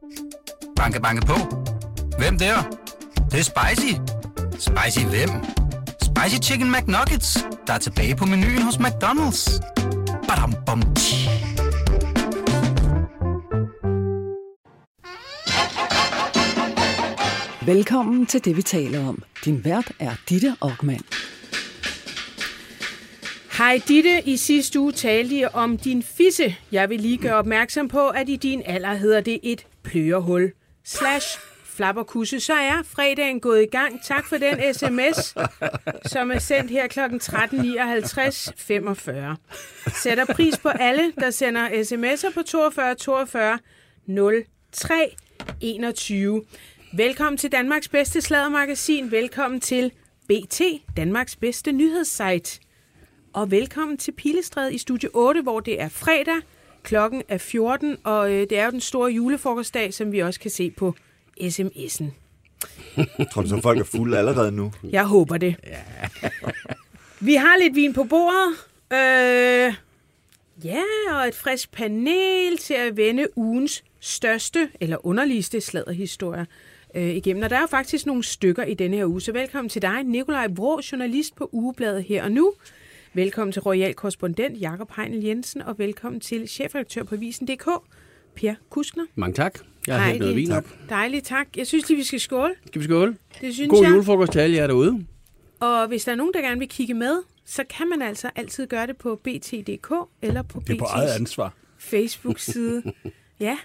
Banke, banke på. Hvem der? Det er spicy. Spicy hvem? Spicy Chicken McNuggets, der er tilbage på menuen hos McDonald's. Badum, bom, tji. Velkommen til det, vi taler om. Din vært er Ditte Okman. Hej Ditte, i sidste uge talte I om din fisse. Jeg vil lige gøre opmærksom på, at i din alder hedder det et plørehul. /flapperkusse. Så er fredagen gået i gang. Tak for den sms, som er sendt her kl. 13.59.45. Sætter pris på alle, der sender sms'er på 42 42 03 21. Velkommen til Danmarks bedste sladdermagasin. Velkommen til BT, Danmarks bedste nyhedssite. Og velkommen til Pilestræde i Studie 8, hvor det er fredag, klokken er 14, og det er jo den store julefrokostdag, som vi også kan se på sms'en. Tror du så, folk er fulde allerede nu? Jeg håber det. Ja. Vi har lidt vin på bordet. Og et frisk panel til at vende ugens største eller underligste sladderhistorier igennem. Og der er jo faktisk nogle stykker i denne her uge. Så velkommen til dig, Nikolaj Vrå, journalist på Ugebladet Her og Nu. Velkommen til royal korrespondent Jakob Heinel Jensen, og velkommen til chefredaktør på Avisen.dk, Per Kuskner. Mange tak. Jeg har hældt noget vin op. Dejligt, tak. Jeg synes lige, vi skal skåle. Skal vi skåle? Det synes God jeg. julefrokost til alle jer derude. Og hvis der er nogen, der gerne vil kigge med, så kan man altså altid gøre det på bt.dk eller på det er på eget ansvar. Facebook-side. Ja.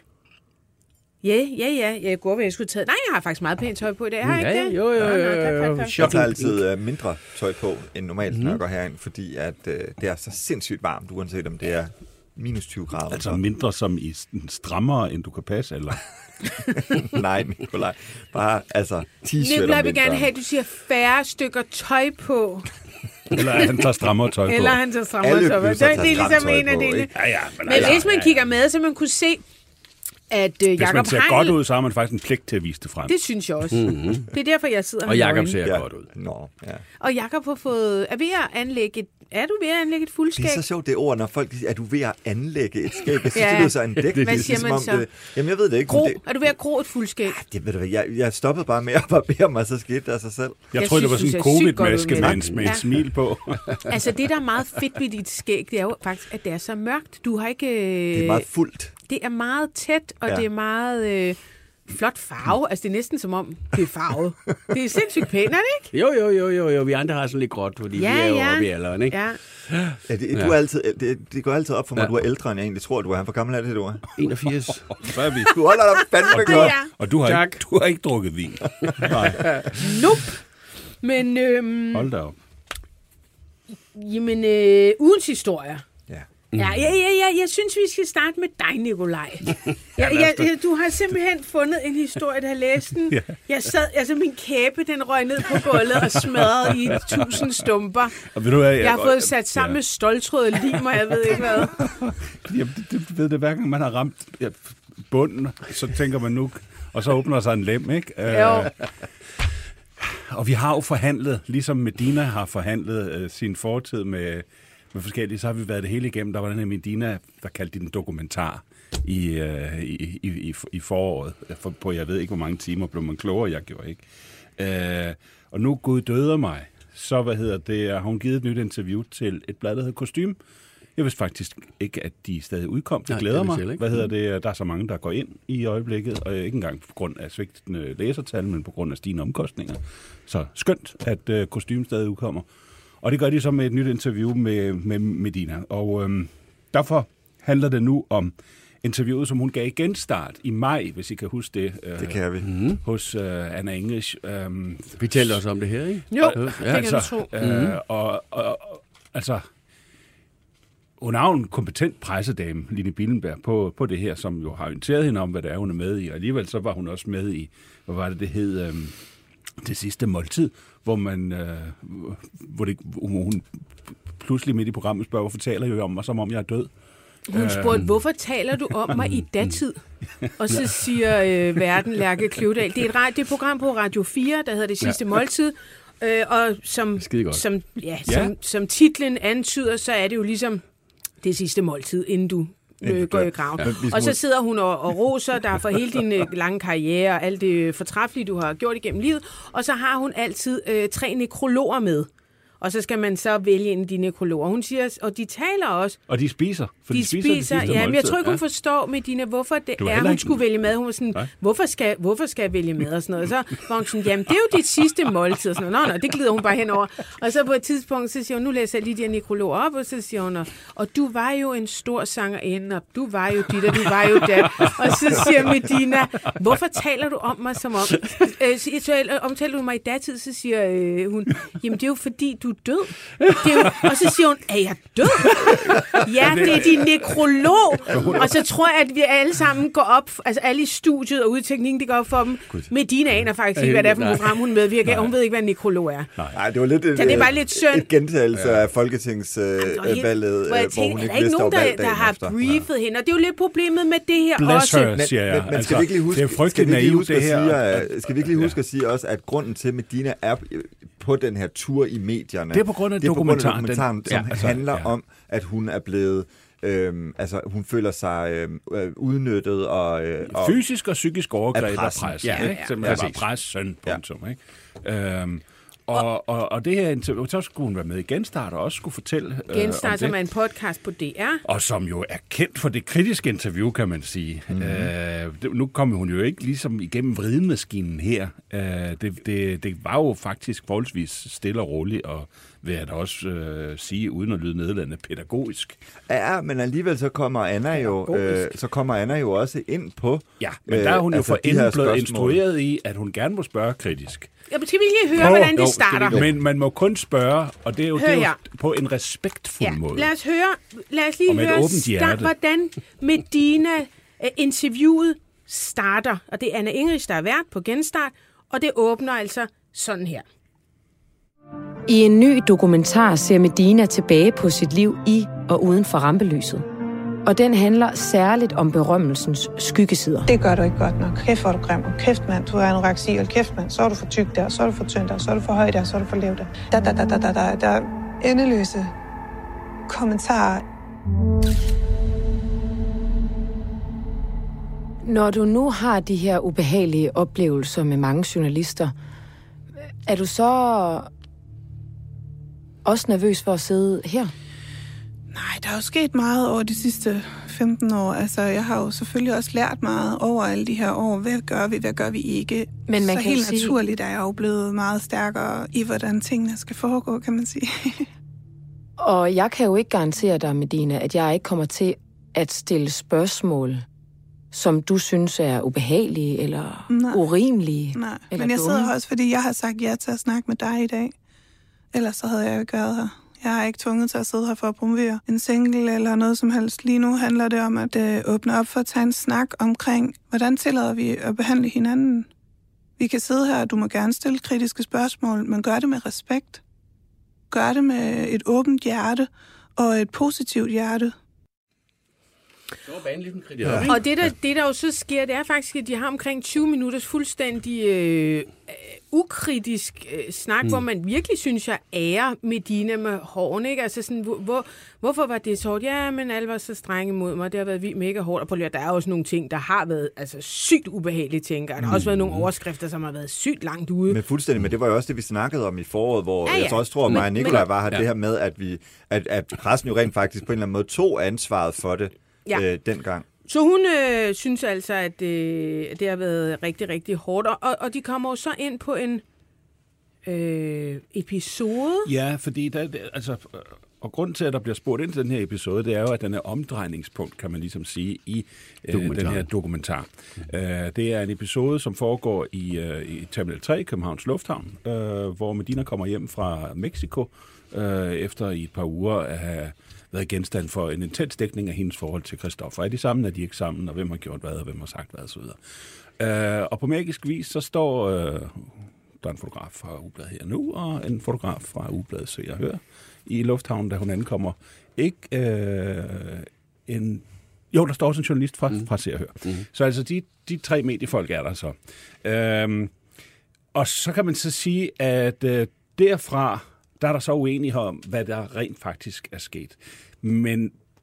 Jeg går, hvad jeg skulle tage. Nej, jeg har faktisk meget pænt tøj på i dag. Har jeg ikke det? Jo. Jeg tager altid mindre tøj på end normalt, når jeg går herind, fordi at, det er så sindssygt varmt, uanset om det er minus 20 grader. Altså mindre som i strammere, end du kan passe, eller? Nej, Nikolaj. Bare altså t-shirt. Nikolaj vil gerne have, at du siger færre stykker tøj på. Eller han tager strammere tøj på. Eller han tager strammere tøj på. Det er ligesom en af delene. Men hvis man kigger med, så man kunne se, at Jakob Hvis man ser Heinel, godt ud, så har man faktisk en pligt til at vise det frem. Det synes jeg også. Mm-hmm. Det er derfor, jeg sidder og Jakob ser godt ud. Ja. Og Jakob har fået... Er du ved at anlægge et fuldskæg? Det er så sjovt, det ord, når folk siger, er du ved at anlægge et skæg? Jeg synes, det lyder så en dæk. Hvad siger man så? Jamen, jeg ved det ikke. Er du ved at gro et fuldskæg? Det ved du hvad, jeg stoppede bare med at barbere mig, så skete det af sig selv. Jeg tror, det var sådan en covid-maske med en smil på. Altså, det, der er meget fedt ved dit skæg, det er jo faktisk, at det er så mørkt. Du har ikke... Det er meget fuldt. Det er meget tæt, og det er meget flot farve. Altså, det er næsten som om, det er farvet. Det er sindssygt pænt, er det ikke? Jo. Vi andre har sådan lidt gråt, fordi vi er jo oppe i alderen, ikke? Ja. Det går altid op for mig, at du er ældre, end jeg egentlig tror, du er. Hvor gammel er det, du er? 81. Så er vi. Du holder dig fandme godt. Og du har ikke drukket vin. Nej. Nope. Men... Hold da op. Jamen, ugens historier. Ja, jeg synes, vi skal starte med dig, Nikolaj. Du har simpelthen fundet en historie, der har læst den. Jeg sad, altså min kæbe, den røg ned på gulvet og smadrede i 1000 stumper. Og ved du hvad, jeg har fået sat sammen med ståltråd og lim, og jeg ved ikke hvad. Jamen, det ved det, hver gang man har ramt bunden, så tænker man nu, og så åbner sig en lem, ikke? Jo. Og vi har jo forhandlet, ligesom Medina har forhandlet sin fortid med forskellige, så har vi været det hele igennem. Der var den her Medina, der kaldte den dokumentar i foråret. På jeg ved ikke, hvor mange timer blev man klogere, jeg gjorde ikke. Og nu Gud døde mig, så har hun givet et nyt interview til et blad, der hedder Kostume. Jeg vidste faktisk ikke, at de stadig udkom. Det glæder mig. Der er så mange, der går ind i øjeblikket, og ikke engang på grund af svigtende læsertal, men på grund af stigende omkostninger. Så skønt, at Kostume stadig udkommer. Og det gør de så med et nyt interview med Medina. Og derfor handler det nu om interviewet, som hun gav i genstart i maj, hvis I kan huske det. Det kan vi. Hos Anna English. Vi talte også om det her, ikke? Jo, det kan du tro. Altså, hun er jo en kompetent pressedame, Line Billenberg, på det her, som jo har orienteret hende om, hvad det er, hun er med i. Og alligevel så var hun også med i, hvad var det hed... Det sidste måltid, hvor hun pludselig midt i programmet spørger, hvorfor taler jeg om mig, som om jeg er død? Hun spurgte, hvorfor taler du om mig i datid? Og så siger Verden Lærke Kløvedal, det er et program på Radio 4, der hedder Det sidste måltid, og som titlen antyder, så er det jo ligesom det sidste måltid, inden du går i graven. Ja. Og så sidder hun og roser dig for hele din lange karriere og alt det fortræffelige, du har gjort igennem livet. Og så har hun altid 3 nekrologer med. Og så skal man så vælge en af de nekrologer. Hun siger, og de taler også. Og de spiser. For de spiser ja, men jeg tror ikke, hun forstår, Medina, hvorfor det er, hun skulle vælge mad. Hun var sådan, hvorfor skal jeg vælge mad og sådan noget. Så var hun sådan, jamen det er jo dit sidste måltid. Og sådan noget. Nå, det glider hun bare henover. Og så på et tidspunkt, så siger hun, nu læser jeg lige de her nekrologer op, og så siger hun, og du var jo en stor sangerinde, og du var jo dit, og du var jo dat. Og så siger Medina, hvorfor taler du om mig som om? Omtaler du mig i datid, så siger hun, jamen det er jo fordi, du er død. Og så siger hun, er jeg død? Ja, det er din nekrolog. Og så tror jeg, at vi alle sammen går op, altså alle i studiet og ude i teknikken, det går op for dem. Medina aner faktisk ikke, hvad det er for et program, hun medvirker. Hun ved ikke, hvad en nekrolog er. Nej, det var lidt et gentagelse af folketingsvalget, hvor hun ikke vidste, nogen, der har briefet hende. Og det er jo lidt problemet med det her også. Men skal vi ikke lige huske, skal vi ikke lige huske at sige også, at grunden til, at Medina er på den her tur i medierne. Det er på grund af dokumentaren, som handler om, at hun er blevet... hun føler sig udnyttet og fysisk og psykisk overgreb af pres. Pressen, punktum. Ikke? Og det her interview, så skulle hun være med i Genstart og også skulle fortælle Genstart, som er en podcast på DR. Og som jo er kendt for det kritiske interview, kan man sige. Nu kommer hun jo ikke ligesom igennem vridemaskinen her. Det var jo faktisk forholdsvis stille og roligt, og vil jeg da også sige, uden at lyde nedladende, pædagogisk. Ja, men alligevel så kommer Anna jo også ind på... Ja, men der er hun jo forinden blevet instrueret i, at hun gerne må spørge kritisk. Jeg skal vi lige høre, hvordan det starter. Men man må kun spørge, og det er jo på en respektfuld måde. Lad os lige høre, hvordan Medina interviewet starter. Og det er Anna Ingerich, der er vært på Genstart, og det åbner altså sådan her. I en ny dokumentar ser Medina tilbage på sit liv i og uden for rampelyset. Og den handler særligt om berømmelsens skyggesider. Det gør du ikke godt nok. Kæft, hvor er du grim. Og kæft, mand, du er anoreksi. Og kæft, mand, så er du for tyk der, så er du for tynd der, så er du for høj der, så er du for lav der. Der er endeløse kommentarer. Når du nu har de her ubehagelige oplevelser med mange journalister, er du så også nervøs for at sidde her? Nej, der er jo sket meget over de sidste 15 år. Altså, jeg har jo selvfølgelig også lært meget over alle de her år. Hvad gør vi ikke? Men man så kan helt naturligt er jeg jo blevet meget stærkere i, hvordan tingene skal foregå, kan man sige. Og jeg kan jo ikke garantere dig, Medina, at jeg ikke kommer til at stille spørgsmål, som du synes er ubehagelige eller urimelige. Nej, eller men jeg sidder her også, fordi jeg har sagt ja til at snakke med dig i dag. Ellers så havde jeg jo ikke været her. Jeg er ikke tvunget til at sidde her for at promovere en single eller noget som helst. Lige nu handler det om at åbne op for at tage en snak omkring, hvordan tillader vi at behandle hinanden. Vi kan sidde her, og du må gerne stille kritiske spørgsmål, men gør det med respekt. Gør det med et åbent hjerte og et positivt hjerte. Og det der jo så sker, det er faktisk, at de har omkring 20 minutters fuldstændig ukritisk snak, hvor man virkelig synes, jeg ærer Medina med hårene, ikke? Altså sådan, hvorfor var det så hårdt? Ja, men alle var så strenge mod mig, det har været mega hårdt, og på der er også nogle ting, der har været altså sygt ubehagelige ting, og der har også været nogle overskrifter, som har været sygt langt ude. Men fuldstændig, men det var jo også det, vi snakkede om i foråret, hvor jeg også tror, at mig og Nikolaj var her, det her med, at pressen jo rent faktisk på en eller anden måde tog ansvaret for det dengang. Så hun synes altså, at det har været rigtig, rigtig hårdt, og de kommer jo så ind på en episode. Ja, fordi og grunden til, at der bliver spurgt ind til den her episode, det er jo, at den er omdrejningspunkt, kan man ligesom sige, i den her dokumentar. Det er en episode, som foregår i Terminal 3, Københavns Lufthavn, hvor Medina kommer hjem fra Mexico, efter i et par uger at have været genstand for en intens dækning af hendes forhold til Christoffer. Er de sammen, er de ikke sammen, og hvem har gjort hvad, og hvem har sagt hvad, og så videre. Og på magisk vis, så står der er en fotograf fra Ugebladet Her Nu, og en fotograf fra Ugebladet Se og Hør i lufthavnen, da hun ankommer. Der står også en journalist fra Se og Hør. Så altså, de 3 mediefolk er der så. Og så kan man så sige, at derfra, der er der så uenighed om, hvad der rent faktisk er sket. Men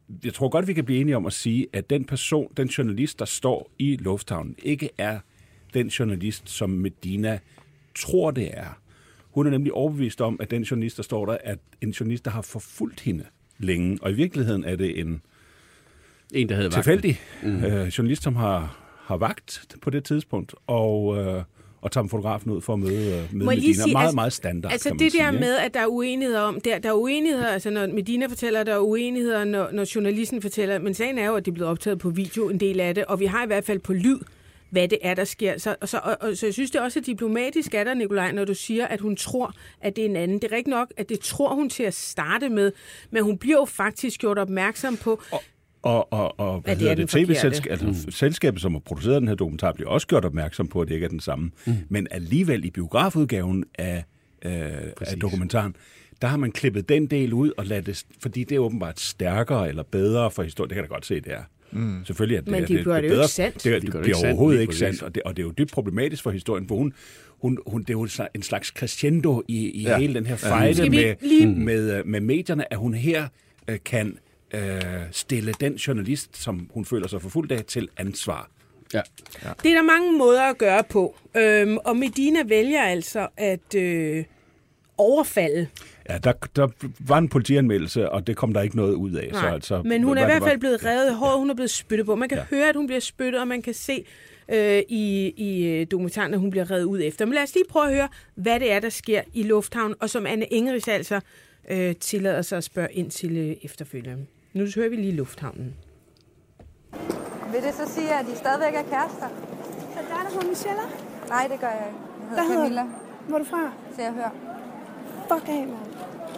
jeg tror godt, vi kan blive enige om at sige, at den journalist, der står i lufthavnen, ikke er den journalist, som Medina tror, det er. Hun er nemlig overbevist om, at den journalist, der står der, er en journalist, der har forfulgt hende længe. Og i virkeligheden er det en der havde tilfældig journalist, som har vagt på det tidspunkt, og tager fotografen ud for at møde Medina. Meget, meget standard, altså kan man det sige, der med, at der er uenigheder om, der er uenigheder, altså når Medina fortæller, der er uenigheder, når journalisten fortæller, men sagen er jo, at det er blevet optaget på video, en del af det, og vi har i hvert fald på lyd, hvad det er, der sker. Så jeg synes, det er også diplomatisk af dig, Nikolaj, når du siger, at hun tror, at det er en anden. Det er rigtigt nok, at det tror hun til at starte med, men hun bliver jo faktisk gjort opmærksom på... Og hvad hedder det? TV-selskabet, som har produceret den her dokumentar, bliver også gjort opmærksom på, at det ikke er den samme. Men alligevel i biografudgaven af dokumentaren, der har man klippet den del ud og ladet det, fordi det er åbenbart stærkere eller bedre for historien. Det kan jeg da godt se, det er. Selvfølgelig er det, men det gør det jo ikke sandt. Det bliver overhovedet ikke sandt, og det er jo dybt problematisk for historien, for hun det er jo en slags crescendo i hele den her fejde med medierne, at hun her kan stille den journalist, som hun føler sig forfulgt af, til ansvar. Ja. Det er der mange måder at gøre på, og Medina vælger altså at overfalde. Ja, der var en politianmeldelse, og det kom der ikke noget ud af. Så altså, men hun er i hvert fald blevet revet i håret, hun er blevet spyttet på. Man kan høre, at hun bliver spyttet, og man kan se i dokumentaren, at hun bliver revet ud efter. Men lad os lige prøve at høre, hvad det er, der sker i lufthavnen, og som Anne Ingerich altså tillader sig at spørge ind til efterfølgende. Nu hører vi lige lufthavnen. Vil det så sige, at I stadigvæk er kærester? Er det dig, der hedder Michelle? Nej, det gør jeg ikke. Jeg hedder Camilla. Hvor er du fra? Se og hør. Fuck af, mand.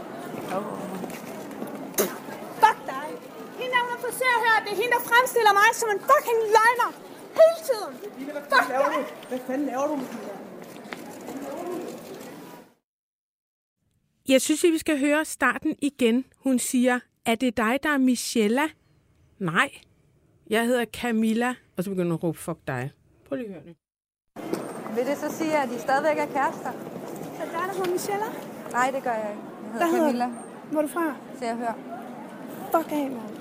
Fuck dig. Hende der, hun er fra Se og Hør, det er hende, der fremstiller mig som en fucking løgner. Hele tiden. Fuck dig. Hvad fanden laver du, Michelle? Jeg synes, vi skal høre starten igen. Hun siger, er det dig, der er Michelle? Nej. Jeg hedder Camilla. Og så begynder hun at råbe, fuck dig. Prøv lige at høre det. Vil det så sige, at I stadigvæk er kærester? Er det dig, der hedder Michelle? Nej, det gør jeg ikke. Jeg hedder Camilla. Hvor er du fra? Se og hør. Fuck af, mand.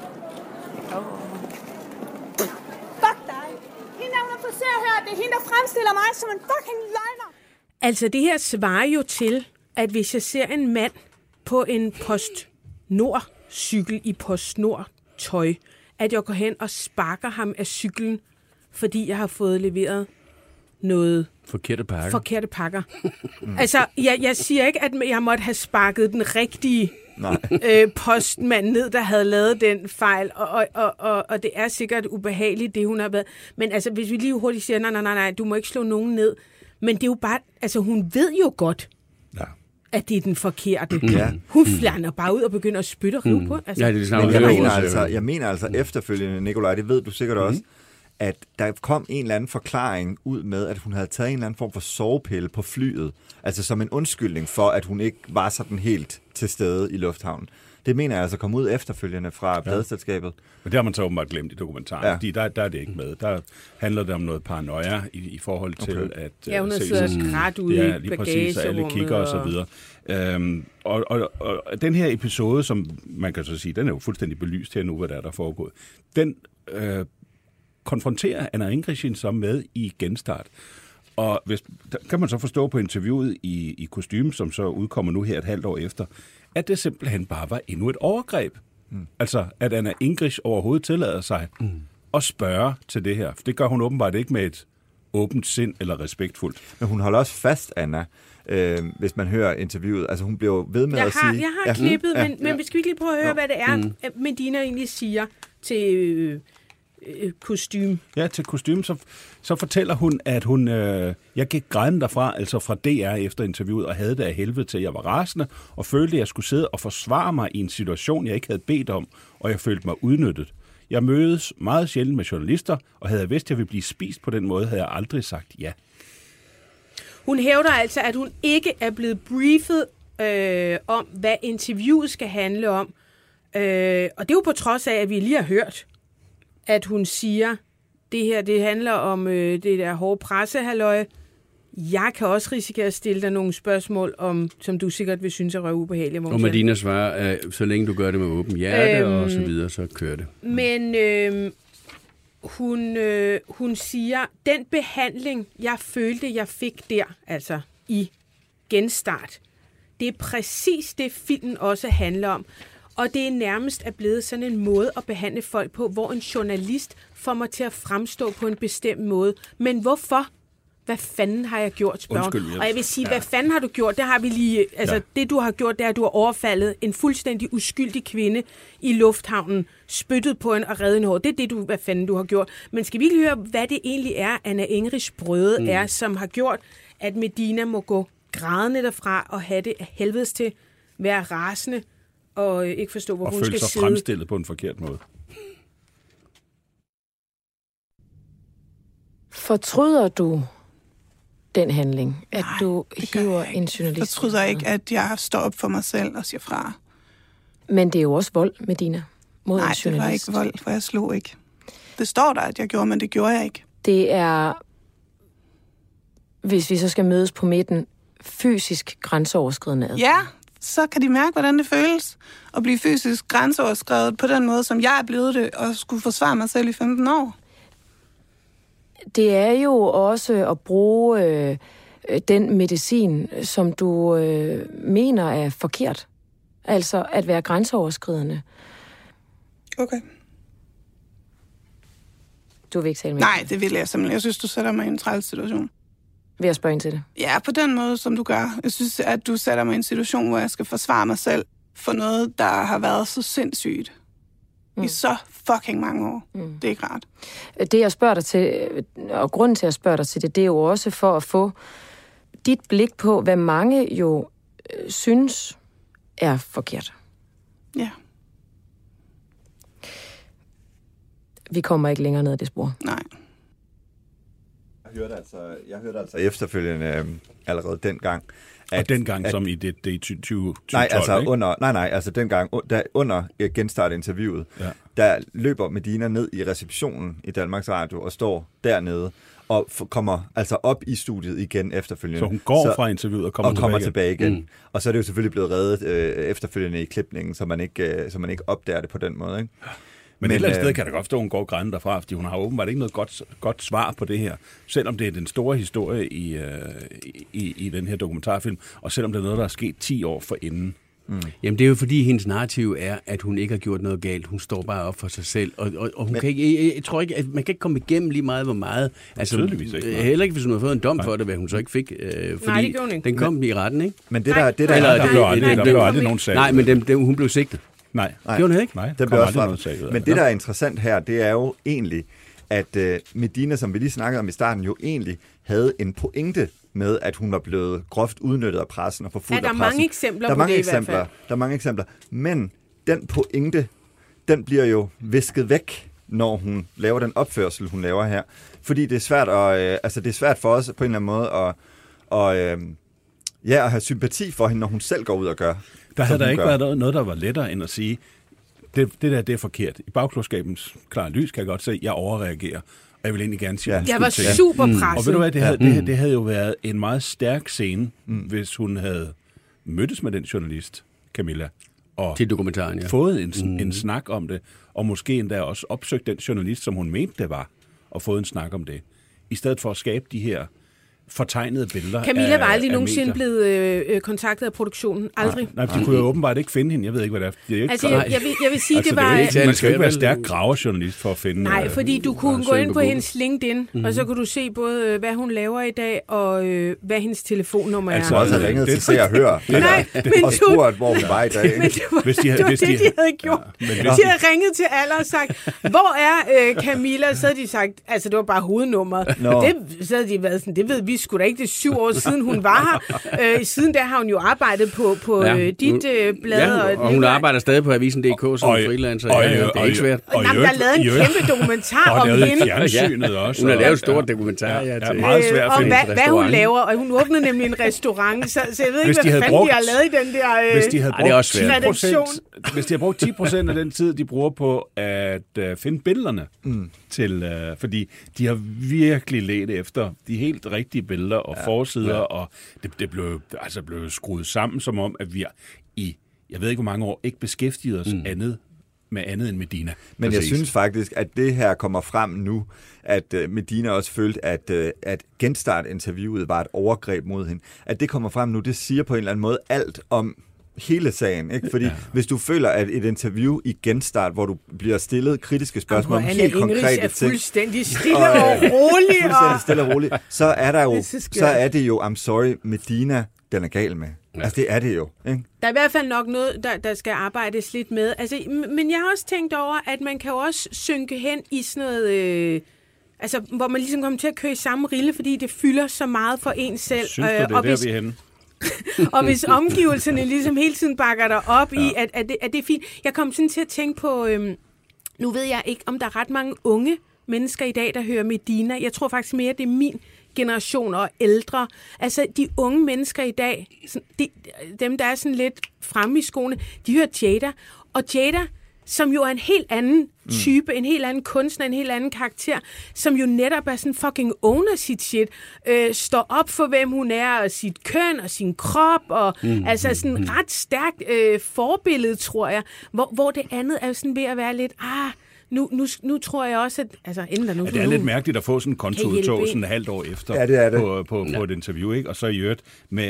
Fuck dig. Hende der, hun er fra Se og Hør, det er hende, der fremstiller mig som en fucking løgner. Altså, det her svarer jo til, at hvis jeg ser en mand på en PostNord-cykel i PostNord-tøj, at jeg går hen og sparker ham af cyklen, fordi jeg har fået leveret noget forkerte pakker. Altså, jeg siger ikke, at jeg måtte have sparket den rigtige postmand ned, der havde lavet den fejl, og det er sikkert ubehageligt, det hun har været. Men altså, hvis vi lige hurtigt siger, nej, du må ikke slå nogen ned. Men det er jo bare, altså hun ved jo godt, at det er den forkerte. Hun flander bare ud og begynder at spytte og rive på. Altså. Ja, det jeg mener altså efterfølgende, Nikolaj, det ved du sikkert også, at der kom en eller anden forklaring ud med, at hun havde taget en eller anden form for sovepille på flyet. Altså som en undskyldning for, at hun ikke var sådan helt til stede i lufthavnen. Det mener jeg altså kom ud efterfølgende fra pladeselskabet. Men det har man så åbenbart glemt i dokumentaren, fordi der er det ikke med. Der handler det om noget paranoia i forhold til at... Ja, hun har siddet grædt ude i bagagerummet. Præcis, og alle kigger og så videre. Og den her episode, som man kan så sige, den er jo fuldstændig belyst her nu, hvad der er foregået. Den konfronterer Anna Ingerich så med i Genstart. Og kan man så forstå på interviewet i Kostume, som så udkommer nu her et halvt år efter, at det simpelthen bare var endnu et overgreb. Altså, at Anna Ingerich overhovedet tillader sig at spørge til det her. For det gør hun åbenbart ikke med et åbent sind eller respektfuldt. Men hun holder også fast, Anna, hvis man hører interviewet. Altså, hun bliver ved med at sige... Jeg har klippet, men vi skal ikke lige prøve at høre, hvad det er, Medina egentlig siger til... Kostume. Ja, til Kostume, så fortæller hun, at jeg gik grædende derfra, altså fra DR efter interviewet, og havde det af helvede til, jeg var rasende, og følte, at jeg skulle sidde og forsvare mig i en situation, jeg ikke havde bedt om, og jeg følte mig udnyttet. Jeg mødes meget sjældent med journalister, og havde jeg vidst, at jeg ville blive spist på den måde, havde jeg aldrig sagt ja. Hun hævder altså, at hun ikke er blevet briefet om, hvad interviewet skal handle om. Og det er jo på trods af, at vi lige har hørt, at hun siger, det her, det handler om det der hårde pressehalløj. Jeg kan også risikere at stille dig nogle spørgsmål, som du sikkert vil synes er røvubehagelige. Og Medina svarer, så længe du gør det med åben hjerte og så videre, så kører det. Men hun siger, den behandling, jeg følte, jeg fik der, altså i Genstart, det er præcis det, filmen også handler om. Og det er nærmest blevet sådan en måde at behandle folk på, hvor en journalist får mig til at fremstå på en bestemt måde. Men hvorfor? Hvad fanden har jeg gjort, spørger? Og jeg vil sige, hvad fanden har du gjort? Det har vi lige... Altså, det du har gjort, det er, at du har overfaldet en fuldstændig uskyldig kvinde i lufthavnen, spyttet på en og reddet en hår. Det er det, hvad fanden du har gjort. Men skal vi lige høre, hvad det egentlig er, Anna Ingrids brøde er, som har gjort, at Medina må gå grædende derfra og have det af helvedes til, være rasende og ikke forstå, hvor hun skal sidde. Og føle sig fremstillet på en forkert måde. Fortryder du den handling, at du hiver en journalist? Jeg fortryder ikke, at jeg står op for mig selv og siger fra. Men det er jo også vold, Medina, mod en journalist. Nej, det var ikke vold, for jeg slog ikke. Det står der, at jeg gjorde, men det gjorde jeg ikke. Det er, hvis vi så skal mødes på midten, fysisk grænseoverskridende. Ja, så kan de mærke, hvordan det føles at blive fysisk grænseoverskredet på den måde, som jeg er blevet det, og skulle forsvare mig selv i 15 år. Det er jo også at bruge den medicin, som du mener er forkert. Altså at være grænseoverskridende. Okay. Du vil ikke tale med? Nej, det vil jeg simpelthen. Jeg synes, du sætter mig i en træls situation. Vil jeg spørge ind til det? Ja, på den måde, som du gør. Jeg synes, at du sætter mig i en situation, hvor jeg skal forsvare mig selv for noget, der har været så sindssygt i så fucking mange år. Det er ikke rart. Det, jeg spørger dig til, og grunden til, at jeg spørger dig til det, det er jo også for at få dit blik på, hvad mange jo synes er forkert. Ja. Vi kommer ikke længere ned ad det spor. Nej. Jeg hørte altså efterfølgende allerede dengang. Og dengang som i det 2012, nej, altså ikke? Altså dengang under Genstart-interviewet, der løber Medina ned i receptionen i Danmarks Radio og står dernede og kommer altså op i studiet igen efterfølgende. Så hun går fra interviewet og kommer tilbage igen. Og så er det jo selvfølgelig blevet reddet efterfølgende i klipningen, så man ikke opdager det på den måde, ikke? Men et eller andet sted kan det godt stå, at hun går grænden derfra, fordi hun har åbenbart ikke noget godt svar på det her. Selvom det er den store historie i den her dokumentarfilm, og selvom det er noget, der er sket 10 år forinden. Jamen det er jo fordi, hendes narrativ er, at hun ikke har gjort noget galt. Hun står bare op for sig selv. Og hun kan ikke, jeg tror ikke, at man kan ikke komme igennem lige meget, hvor meget. Altså, heller ikke, hvis hun har fået en dom for det, hvad hun så ikke fik. Fordi den kom i retten, ikke? Men det der blev aldrig nogen sag. Nej, men hun blev sigtet. Nej, det var det ikke. Nej, det blev også noget. Men det, der er interessant her, det er jo egentlig, at Medina, som vi lige snakkede om i starten, jo egentlig havde en pointe med, at hun var blevet groft udnyttet af pressen og forfulgt af pressen. Der er mange eksempler på det i hvert fald. Der er mange eksempler. Men den pointe, den bliver jo visket væk, når hun laver den opførsel, hun laver her. Fordi det er svært, det er svært for os på en eller anden måde at have sympati for hende, når hun selv går ud og gør. Der havde der ikke været noget, der var lettere end at sige, det er forkert. I bagklodskabens klare lys kan jeg godt se, at jeg overreagerer. Og jeg vil egentlig gerne sige, jeg var super presset. Og ved du hvad, det havde jo været en meget stærk scene, hvis hun havde mødtes med den journalist, Camilla, og til dokumentaren, fået en snak om det, og måske endda også opsøgt den journalist, som hun mente det var, og fået en snak om det. I stedet for at skabe de her fortegnede billeder. Camilla var aldrig nogensinde blevet kontaktet af produktionen. Aldrig. Nej, de kunne jo åbenbart ikke finde hende. Jeg ved ikke, hvad det er. Det er ikke altså, jeg vil sige, det var... Man skal ikke være stærk gravejournalist for at finde... Nej, fordi du kunne gå ind på hendes LinkedIn, og så kunne du se både, hvad hun laver i dag, og hvad hendes telefonnummer er. Altså også har ringet til Se og Hør. Og spurgt, hvor hun var i dag. Men det var det, de havde gjort. De havde ringet til alle og sagt, hvor er Camilla? Så havde de sagt, altså det var bare hovednummeret. Så havde de været sådan, det ved vi sgu da ikke, det er 7 år siden hun var her. Siden da har hun jo arbejdet på dit blad. Ja, og hun arbejder stadig på Avisen.dk som freelancer. Det er ikke svært. Der er lavet en kæmpe dokumentar om hende. Fjernsynet også. Hun har lavet et stort dokumentar. Det er meget svært at finde. Og hvad hun laver, og hun åbnede nemlig en restaurant, så jeg ved ikke, hvad fanden de har lavet i den der hvis de havde brugt hvis de havde brugt 10% af den tid, de bruger på at finde billederne til, fordi de har virkelig ledt efter de helt rigtige billeder og forsider, og det blev skruet sammen, som om, at vi i, jeg ved ikke hvor mange år, ikke beskæftigede os andet end Medina. Men jeg synes faktisk, at det her kommer frem nu, at Medina også følte, at genstartinterviewet var et overgreb mod hende. At det kommer frem nu, det siger på en eller anden måde alt om hele sagen, ikke? Fordi hvis du føler, at et interview i genstart, hvor du bliver stillet kritiske spørgsmål om helt konkrete ting, fuldstændig stille og rolig, så er det jo, I'm sorry, Medina, den er gal med. Altså, det er det jo, ikke? Der er i hvert fald nok noget, der skal arbejdes lidt med. Altså, men jeg har også tænkt over, at man kan jo også synke hen i sådan noget... hvor man ligesom kommer til at køre i samme rille, fordi det fylder så meget for en selv. Synes du, det er der, vi er henne? Og hvis omgivelserne ligesom hele tiden bakker dig op i, at det er fint. Jeg kom sådan til at tænke på... nu ved jeg ikke, om der er ret mange unge mennesker i dag, der hører Medina. Jeg tror faktisk mere, det er min generation og ældre. Altså, de unge mennesker i dag, dem, der er sådan lidt fremme i skoene, de hører Jada. Og Jada, som jo er en helt anden type, en helt anden kunstner, en helt anden karakter, som jo netop er sådan fucking owner sit shit, står op for, hvem hun er, og sit køn, og sin krop, og altså sådan ret stærkt forbillede, tror jeg, hvor det andet er sådan ved at være lidt, nu tror jeg også, at... Altså, det er lidt mærkeligt at få sådan en kontoudtog sådan et halvt år efter det. På et interview, ikke? Og så i øvrigt med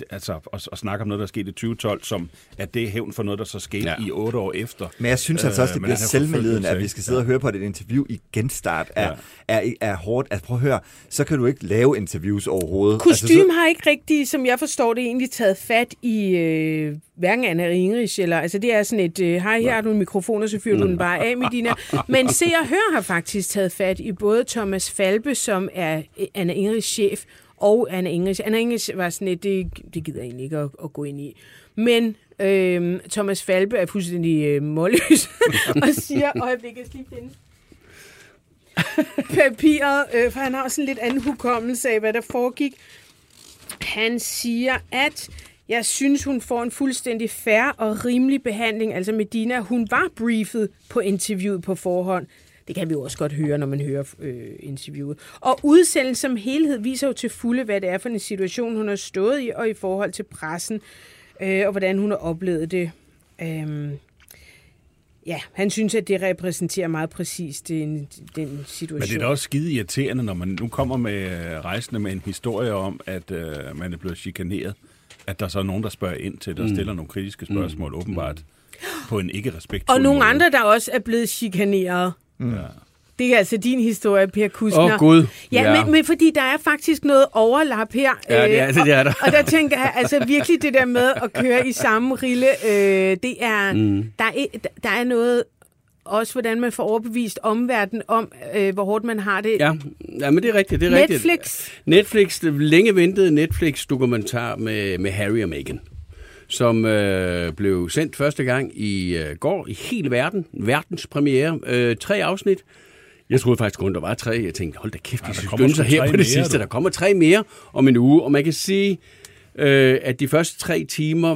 at snakke om noget, der skete i 2012, som at det er hævn for noget, der så skete i 8 år efter. Men jeg synes altså også, det bliver selvmedlidende, at vi skal sidde og høre på et interview i genstart er hårdt. Altså prøv at høre, så kan du ikke lave interviews overhovedet. Kostume har ikke rigtig, som jeg forstår det, egentlig taget fat i hverken Anna Ingrich, eller... Altså det er sådan et, hej, her har du en mikrofon, og så fyrer du den bare af med dine... Men Se og Hør har faktisk taget fat i både Thomas Falbe, som er Anna Ingrichs chef, og Anna Ingrich. Anna Ingrich var sådan et, det gider jeg egentlig ikke at gå ind i. Men Thomas Falbe er fuldstændig målløs og siger, øjeblik, jeg skal lige finde papiret, for han har også en lidt anden hukommelse af, hvad der foregik. Han siger, at jeg synes, hun får en fuldstændig fair og rimelig behandling. Altså Medina, hun var briefet på interviewet på forhånd. Det kan vi jo også godt høre, når man hører interviewet. Og udsendelsen som helhed viser jo til fulde, hvad det er for en situation, hun har stået i, og i forhold til pressen, og hvordan hun har oplevet det. Han synes, at det repræsenterer meget præcist den situation. Men det er da også skide irriterende, når man nu kommer med rejsende med en historie om, at man er blevet chikaneret, at der så er nogen, der spørger ind til det og stiller nogle kritiske spørgsmål, åbenbart på en ikke-respektfuld og nogle måde. andre, der også er blevet chikaneret. Ja. Det er altså din historie, Per Kuskner. Gud. Ja, men fordi der er faktisk noget overlap her. Ja, det er der. Og der tænker jeg, altså virkelig det der med at køre i samme rille, det er, der er noget... Også hvordan man får overbevist omverdenen om, hvor hårdt man har det. Ja, men det er rigtigt. Netflix, længe ventede Netflix-dokumentar med Harry og Meghan, som blev sendt første gang i går i hele verden. Verdens premiere. 3 afsnit. Jeg troede faktisk kun, der var 3. Jeg tænkte, hold da kæft, de skyndte sig her på det sidste. Der kommer 3 mere om en uge, og man kan sige, at de første 3 timer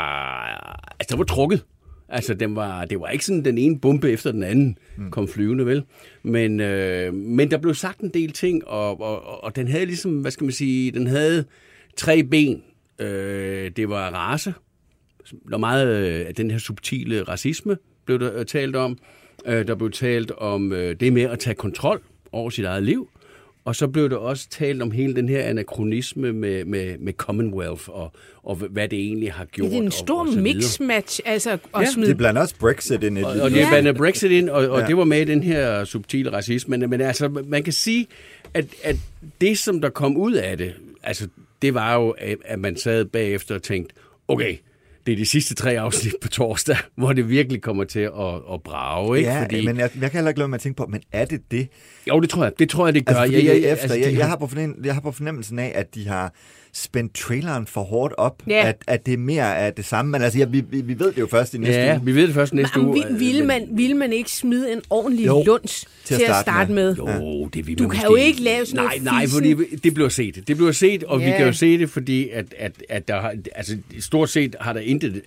der var trukket. Altså, det var ikke sådan den ene bombe efter den anden kom flyvende, vel? Men der blev sagt en del ting, og den havde ligesom, hvad skal man sige, den havde 3 ben. Det var race, der meget af den her subtile racisme blev der talt om. Der blev talt om det med at tage kontrol over sit eget liv. Og så blev der også talt om hele den her anakronisme med Commonwealth, og hvad det egentlig har gjort. Det er en stor mixmatch. Altså, det blander også Brexit ind i det. Og det blander Brexit ind, og det var med i den her subtile racisme. Men altså, man kan sige, at det, som der kom ud af det, altså, det var jo, at man sad bagefter og tænkte, okay, det er de sidste 3 afsnit på torsdag, hvor det virkelig kommer til at brage, ikke? Ja, fordi... men jeg kan heller ikke lade mig at tænke på, men er det det? Jo, det tror jeg, det gør. Altså, jeg har på fornemmelsen af, at de har spændt traileren for hårdt op, at det er mere af det samme. Men altså, vi ved det jo først i næste uge. Ja, vi ved det først næste uge. Ville man ikke smide en ordentlig luns til at starte med? Jo, det vil man Du kan jo ikke lave sådan noget Nej, fordi det bliver set. Det bliver set, og vi kan jo se det, fordi at der, altså stort set har der intet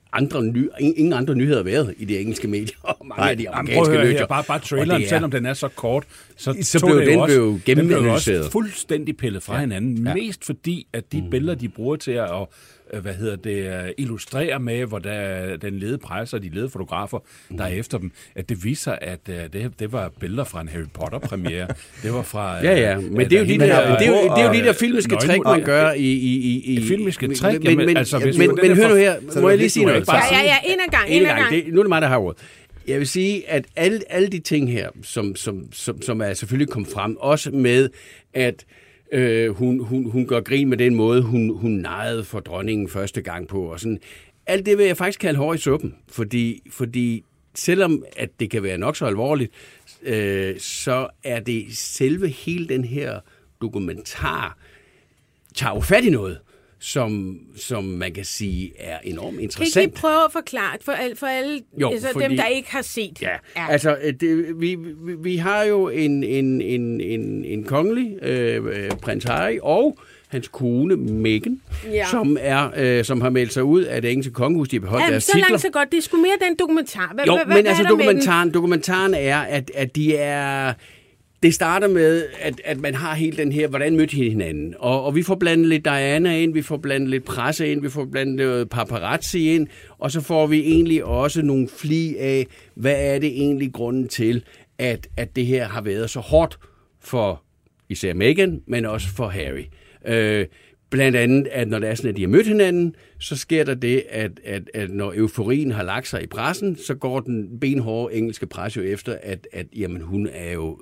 ingen andre nyheder været i de engelske medier, og mange af de amerikanske medier. Bare traileren, selvom den er så kort, så blev den jo også fuldstændig pillet fra hinanden. Ja. Mest fordi, at de billeder, de bruger til at illustrere med, hvor den lede presser, de lede fotografer, der er efter dem, at det viser, at det var billeder fra en Harry Potter-premiere. Det var fra... men det er jo de der filmiske trick, man gør i filmiske trick? Men hør nu her, må jeg lige sige noget? En gang. Nu er det mig, der har ordet. Jeg vil sige, at alle de ting her, som er selvfølgelig kommet frem, også med, at hun gør grin med den måde, hun nejede for dronningen første gang på, og sådan. Alt det vil jeg faktisk kalde hår i suppen, fordi selvom at det kan være nok så alvorligt, så er det selve hele den her dokumentar, tager jo fat i noget, som man kan sige er enormt interessant. Kan I ikke prøve at forklare for alle dem, der ikke har set? Ja. Altså, vi har jo en kongelig, prins Harry, og hans kone Meghan, som har meldt sig ud af det engelske kongehus, de har beholdt deres titler. Så langt så godt. Det er sgu mere den dokumentar. Dokumentaren er, at de er... Det starter med, at man har hele den her, hvordan mødte hinanden. Og vi får blandet lidt Diana ind, vi får blandet lidt presse ind, vi får blandet noget paparazzi ind, og så får vi egentlig også nogle fli af, hvad er det egentlig grunden til, at det her har været så hårdt for især Meghan, men også for Harry. Blandt andet, at når det er sådan, at de har mødt hinanden, så sker der det, at når euforien har lagt sig i pressen, så går den benhårde engelske presse jo efter, at jamen, hun er jo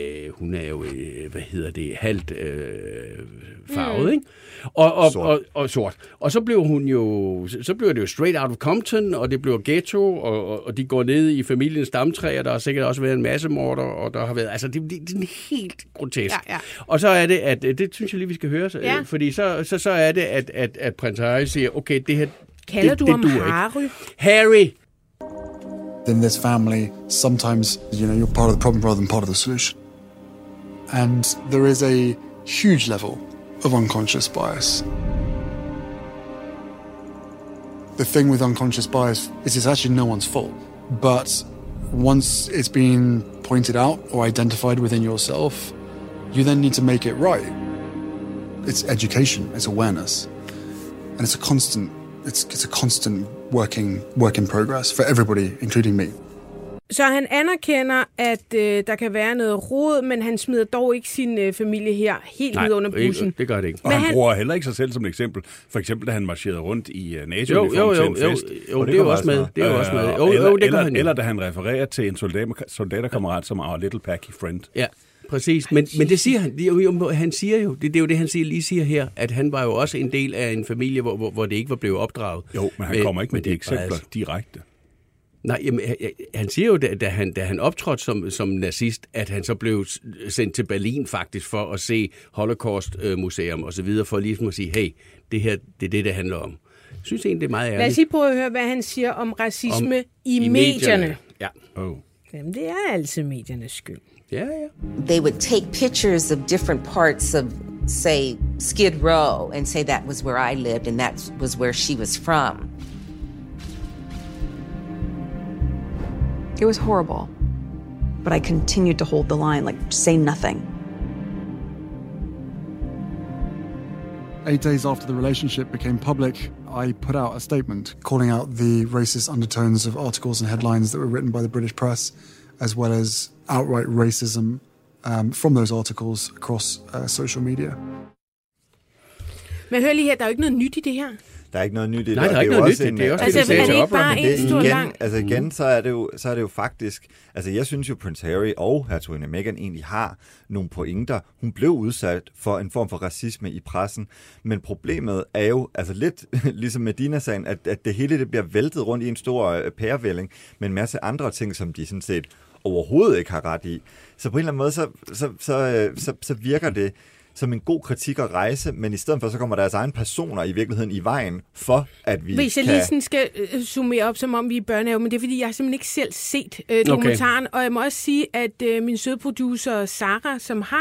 halvt farvet, ikke? Og sort. Og så blev det jo Straight Out of Compton, og det blev ghetto, og de går ned i familiens stamtræ, og der har sikkert også været en masse morder, og der har været, altså det er helt grotesk. Ja. Og så er det, at det synes jeg lige, vi skal høre, fordi så er det, at prins Harry siger, okay, det her, kalder du ham Harry? Harry! In this family, sometimes, you're part of the problem rather than part of the solution. And there is a huge level of unconscious bias. The thing with unconscious bias is it's actually no one's fault. But once it's been pointed out or identified within yourself, you then need to make it right. It's education, it's awareness. And it's a constant work in progress for everybody, including me. Så han anerkender, at der kan være noget rod, men han smider dog ikke sin familie her helt ned under bussen. Det gør det ikke. Og han bruger heller ikke sig selv som et eksempel. For eksempel, da han marcherede rundt i NATO-uniform til en fest. Jo, det er jo også med. Det er jo også med. Eller da han refererer til en soldaterkammerat, som er Little Packy Friend. Ja. Præcis, men det siger han siger jo, det er jo det, han lige siger her, at han var jo også en del af en familie, hvor det ikke var blevet opdraget. Jo, men han kommer ikke med de eksempler direkte. Nej, jamen, han siger jo, da han optrådte som nazist, at han så blev sendt til Berlin faktisk for at se Holocaust-museum og så videre, for ligesom at sige, hey, det her, det er det handler om. Jeg synes egentlig, det er meget ærligt. Lad os lige prøve at høre, hvad han siger om racisme i medierne. Ja. Jamen, det er altid mediernes skyld. Yeah. They would take pictures of different parts of, say, Skid Row and say that was where I lived and that was where she was from. It was horrible, but I continued to hold the line, like say nothing. 8 days after the relationship became public, I put out a statement calling out the racist undertones of articles and headlines that were written by the British press, as well as outright racism from those articles across social media. Men hør lige her, der er jo ikke noget nyt i det her. Der er ikke noget nyt i det. Nej, der er ikke noget nyt. Det er også det, er det ikke bare en stor lang? Altså igen, så er det jo faktisk... Altså jeg synes jo, Prince Harry og hertuginde Meghan egentlig har nogle pointer. Hun blev udsat for en form for racisme i pressen, men problemet er jo, altså lidt ligesom med Dina-sagen, at det hele det bliver væltet rundt i en stor pærevælling med en masse andre ting, som de sådan set overhovedet ikke har ret i. Så på en eller anden måde, så virker det som en god kritik at rejse, men i stedet for, så kommer deres egne personer i virkeligheden i vejen for, at vi Hvis jeg lige sådan skal summere op, som om vi er børnehave, men det er, fordi jeg har simpelthen ikke selv set dokumentaren, og jeg må også sige, at min søde producer Sarah, som har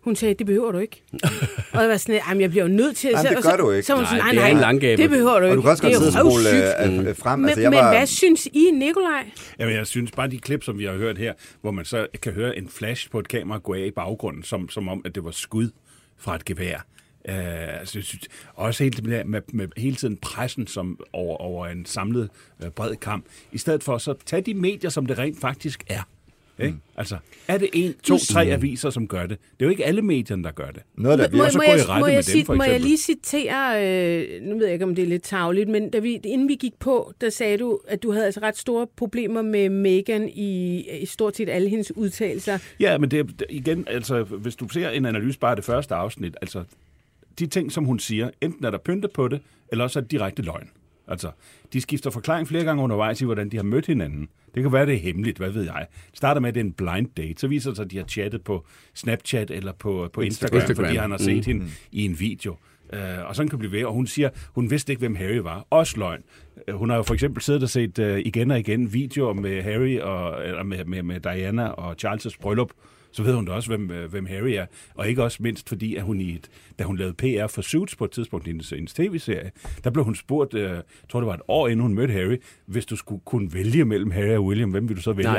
Hun sagde, det behøver du ikke. Og jeg var sådan, jeg bliver jo nødt til at... Jamen, det gør du ikke. Så hun sådan, nej, det behøver du ikke. Og du kan også godt sidde og spole frem. Men hvad synes I, Nikolaj? Jamen, jeg synes bare, de klip, som vi har hørt her, hvor man så kan høre en flash på et kamera gå af i baggrunden, som om, at det var skud fra et gevær. Altså, jeg synes, også helt med hele tiden pressen som over en samlet bred kamp, i stedet for så tage de medier, som det rent faktisk er. Ikke? Altså, er det 1, 2, 3 aviser, som gør det? Det er jo ikke alle medierne, der gør det. Noget, der må jeg lige citere, nu ved jeg ikke, om det er lidt tarveligt, men inden vi gik på, der sagde du, at du havde altså ret store problemer med Meghan i stort set alle hendes udtalelser. Ja, men det igen, altså, hvis du ser en analyse bare af det første afsnit, altså, de ting, som hun siger, enten er der pynte på det, eller også er det direkte løgn. Altså, de skifter forklaring flere gange undervejs i, hvordan de har mødt hinanden. Det kan være, det er hemmeligt, hvad ved jeg. Det starter med, at det er en blind date. Så viser det sig, at de har chattet på Snapchat eller på Instagram, fordi han har set hende i en video. Og sådan kan blive ved. Og hun siger, hun vidste ikke, hvem Harry var. Også løgn. Hun har jo for eksempel siddet og set igen og igen videoer med Harry eller med Diana og Charles' bryllup. Så ved hun da også, hvem Harry er. Og ikke også mindst, fordi at hun da hun lavede PR for Suits på et tidspunkt i hendes tv-serie, der blev hun spurgt, jeg tror det var et år inden hun mødte Harry, hvis du skulle kunne vælge mellem Harry og William, hvem ville du så vælge?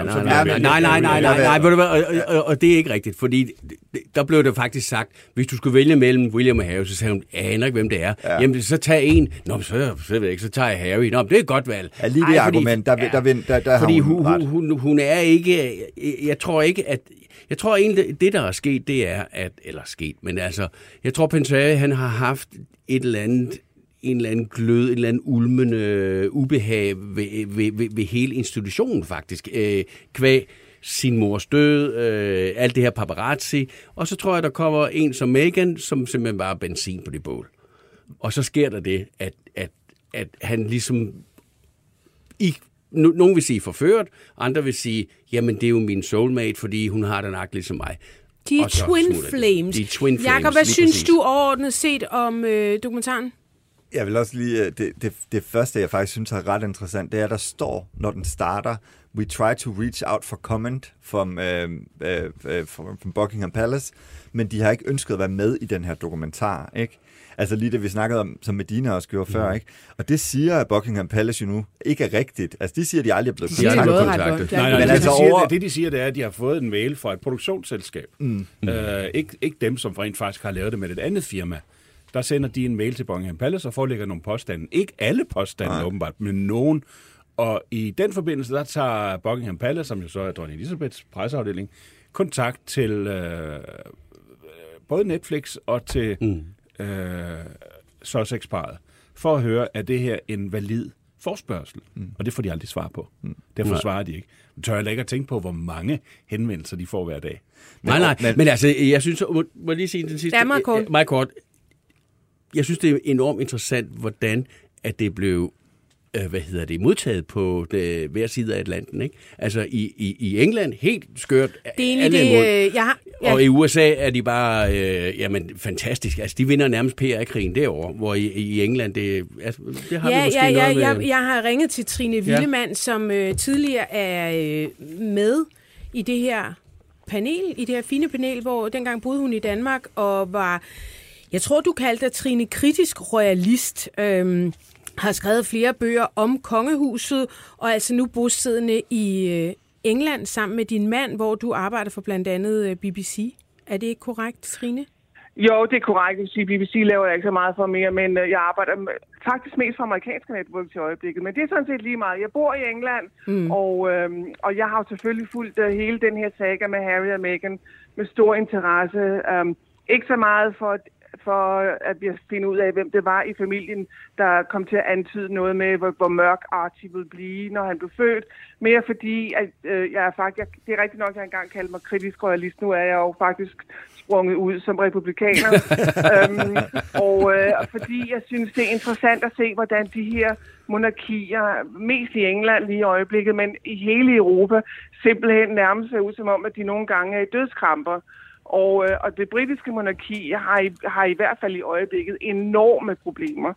Nej, og det er ikke rigtigt, fordi der blev det faktisk sagt, hvis du skulle vælge mellem William og Harry, så sagde hun, jeg aner ikke, hvem det er. Ja. Jamen, så tag en. Nå, så ved jeg ikke, så tager jeg Harry. Nå, det er et godt valg. Ja, lige det argument, der fordi hun er ikke, jeg tror ikke, at jeg tror egentlig, det der er sket, det er, men altså, jeg tror, Prince Harry, han har haft en eller anden glød, et eller andet ulmende ubehag ved hele institutionen faktisk, kvæg sin mors død, alt det her paparazzi, og så tror jeg, der kommer en som Meghan, som simpelthen bare er benzin på det bål. Og så sker der det, at han ligesom nogen vil sige forført, andre vil sige, jamen det er jo min soulmate, fordi hun har den agt ligesom mig. De er twin flames. Jakob, hvad synes du overordnet set om dokumentaren? Jeg vil også lige, det første, jeg faktisk synes er ret interessant, det er, der står, når den starter, we try to reach out for comment from Buckingham Palace, men de har ikke ønsket at være med i den her dokumentar, ikke? Altså lige det, vi snakkede om, som Medina også gjorde før, ikke? Og det siger Buckingham Palace jo nu ikke er rigtigt. Altså de siger, at de aldrig er blevet kontaktet. Nej, men altså det de siger, det er, at de har fået en mail fra et produktionsselskab. Ikke dem, som rent faktisk har lavet det med et andet firma. Der sender de en mail til Buckingham Palace og forelægger nogle påstande. Ikke alle påstande åbenbart, men nogen. Og i den forbindelse, der tager Buckingham Palace, som jo så er dronning Elizabeths presseafdeling, kontakt til både Netflix og til Sussex-parret, for at høre, er det her en valid forespørgsel? Og det får de aldrig svar på. Derfor svarer de ikke. Men tør jeg ikke at tænke på, hvor mange henvendelser de får hver dag. Men altså, jeg synes, må jeg lige sige den sidste? Ja, meget kort. Jeg synes, det er enormt interessant, hvordan at det blev modtaget på hver side af Atlanten, ikke? Altså i England helt skørt. Det er egentlig og i USA er de bare fantastisk. Altså de vinder nærmest PR-krigen derovre, hvor i England det har vi måske noget med. Jeg har ringet til Trine Willemann, som tidligere er med i det her panel, i det her fine panel, hvor dengang boede hun i Danmark og var, jeg tror du kaldte dig Trine, kritisk royalist. Har skrevet flere bøger om kongehuset, og altså nu bosiddende i England sammen med din mand, hvor du arbejder for blandt andet BBC. Er det ikke korrekt, Trine? Jo, det er korrekt. BBC laver jeg ikke så meget for mere, men jeg arbejder faktisk mest for amerikanske network til øjeblikket. Men det er sådan set lige meget. Jeg bor i England, og jeg har jo selvfølgelig fulgt hele den her saga med Harry og Meghan med stor interesse. Ikke så meget for at vi finder ud af, hvem det var i familien, der kom til at antyde noget med, hvor mørk Archie ville blive, når han blev født. Mere fordi, at jeg er faktisk, det er rigtigt nok, at jeg engang kaldte mig kritisk royalist. Nu er jeg jo faktisk sprunget ud som republikaner. Og fordi jeg synes, det er interessant at se, hvordan de her monarkier, mest i England lige i øjeblikket, men i hele Europa, simpelthen nærmest ser ud som om, at de nogle gange er i dødskramper. Og det britiske monarki har i hvert fald i øjeblikket enorme problemer.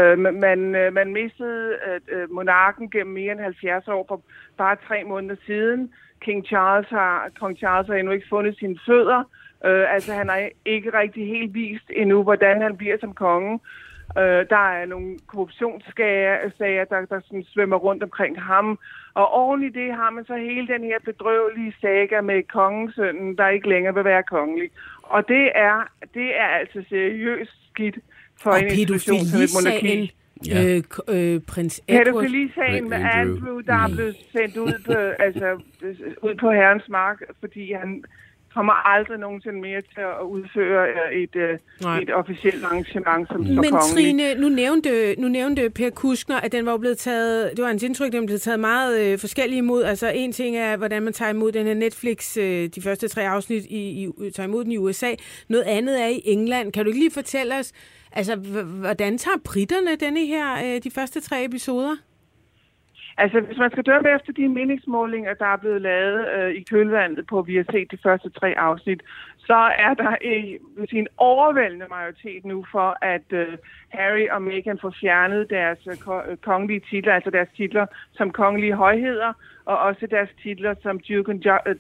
Man mistede monarken gennem mere end 70 år for bare 3 måneder siden. Kong Charles har endnu ikke fundet sine fødder. Altså, han har ikke rigtig helt vist endnu, hvordan han bliver som konge. Der er nogle korruptionssager, der sådan svømmer rundt omkring ham. Og oven i det har man så hele den her bedrøvelige saga med kongesønnen, der ikke længere vil være kongelig. Og det er altså seriøst skidt for en institution som et monarki. Prins Edward. Pædofilisagen med Andrew, der er blevet sendt ud på herrens mark, fordi han kommer aldrig nogensinde mere til at udføre et officielt arrangement som kongelig. Men Trine, nu nævnte Per Kuskner, at den var blevet taget, det var hans indtryk, den blev taget meget forskellige imod. Altså en ting er, hvordan man tager imod den her Netflix, de første 3 afsnit, tager imod den i USA. Noget andet er i England. Kan du ikke lige fortælle os, altså hvordan tager britterne denne her, de første 3 episoder? Altså, hvis man skal dømme efter de meningsmålinger, der er blevet lavet i kølvandet på, vi har set de første 3 afsnit, så er der en overvældende majoritet nu for, at Harry og Meghan får fjernet deres kongelige titler, altså deres titler som kongelige højheder, og også deres titler som Duke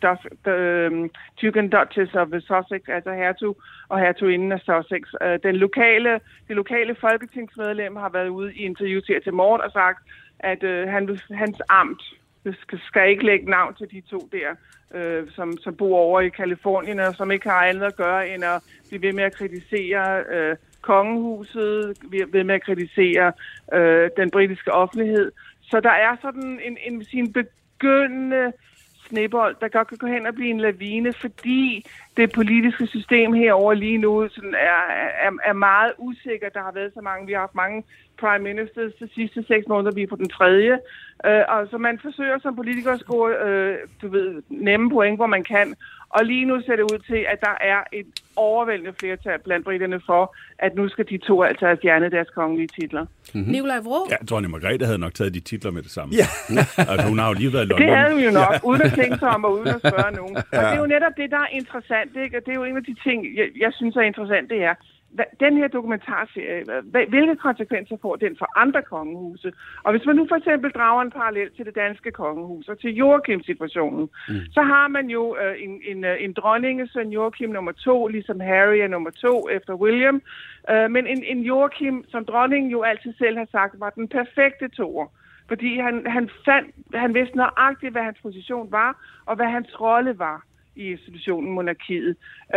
and Duchess of Sussex, altså hertug og hertuginden af Sussex. Det lokale folketingsmedlem har været ude i interviews her til morgen og sagt, at hans amt skal ikke lægge navn til de 2 der, som bor over i Kalifornien, og som ikke har andet at gøre, end at blive ved med at kritisere kongehuset, ved med at kritisere den britiske offentlighed. Så der er sådan en begyndende snebold, der godt kan gå hen og blive en lavine, fordi det politiske system herover lige nu sådan er meget usikkert. Der har været så mange, vi har haft mange prime ministers de sidste 6 måneder, vi er på den 3. Og så man forsøger som politiker at score nemme point, hvor man kan. Og lige nu ser det ud til, at der er et overvældende flertal blandt britterne for, at nu skal de 2 altså have fjernet deres kongelige titler. Mm-hmm. Nikolaj Vraa? Ja, dronning Margrethe havde nok taget de titler med det samme. Ja. Altså, hun har jo lige været i London. Det havde hun jo nok, uden at tænke sig om og uden at spørge nogen. Og det er jo netop det, der er interessant, ikke? Og det er jo en af de ting, jeg synes er interessant, det er, den her dokumentarserie, hvilke konsekvenser får den for andre kongehuse? Og hvis man nu for eksempel drager en parallel til det danske kongehus og til Joachim-situationen, så har man jo en dronningesøn, Joachim nummer 2, ligesom Harry er nummer 2 efter William. Men en Joachim, som dronningen jo altid selv har sagt, var den perfekte toer. Fordi han vidste nøjagtigt, hvad hans position var, og hvad hans rolle var i institutionen monarkiet.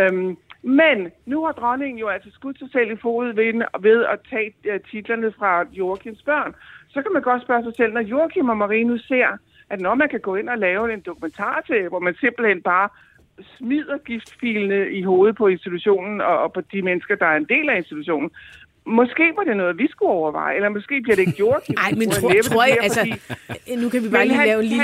Men nu har dronningen jo altså skudt sig selv i fodet ved at tage titlerne fra Joachims børn. Så kan man godt spørge sig selv, når Joachim og Marie nu ser, at når man kan gå ind og lave en dokumentar til, hvor man simpelthen bare smider giftfilene i hovedet på institutionen og på de mennesker, der er en del af institutionen. Måske var det noget, vi skulle overveje, eller måske bliver det ikke Joachim. Nej, men tror jeg, altså, nu kan vi bare lige lave en lille...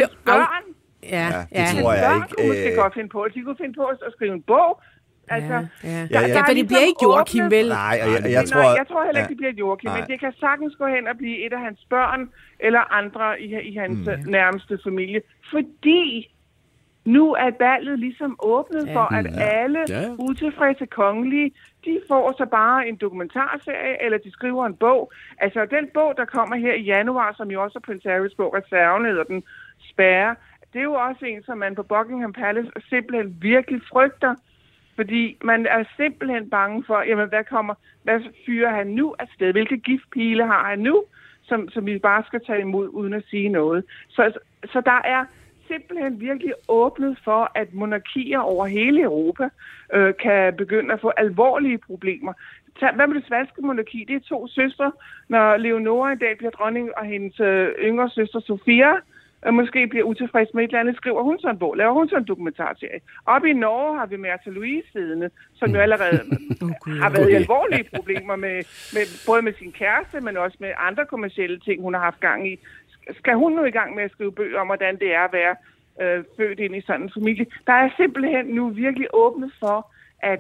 Ja, det tror jeg ikke. Kunne måske godt finde på. De kunne finde på at skrive en bog. Altså, for det bliver ikke Joachim, vel? Nej, jeg tror heller ikke, det bliver Joachim, men det kan sagtens gå hen og blive et af hans børn, eller andre i hans nærmeste familie. Fordi nu er ballet ligesom åbnet for, at alle utilfredse kongelige, de får så bare en dokumentarserie, eller de skriver en bog. Altså, den bog, der kommer her i januar, som jo også er Prince Harrys bog, Reserven hedder den, Spærre, det er jo også en, som man på Buckingham Palace simpelthen virkelig frygter, fordi man er simpelthen bange for, jamen, hvad fyrer han nu afsted? Hvilke giftpile har han nu, som vi bare skal tage imod, uden at sige noget? Så der er simpelthen virkelig åbnet for, at monarkier over hele Europa kan begynde at få alvorlige problemer. Hvad med det svenske monarki? Det er 2 søstre. Når Leonora en dag bliver dronning, og hendes yngre søster Sofia måske bliver utilfreds med et eller andet, skriver hun så en bog, laver hun så en dokumentarserie. Oppe i Norge har vi Märtha Louise siddende, som jo allerede har været i alvorlige problemer med både med sin kæreste, men også med andre kommercielle ting, hun har haft gang i. Skal hun nu i gang med at skrive bøger om, hvordan det er at være født ind i sådan en familie? Der er simpelthen nu virkelig åbnet for, at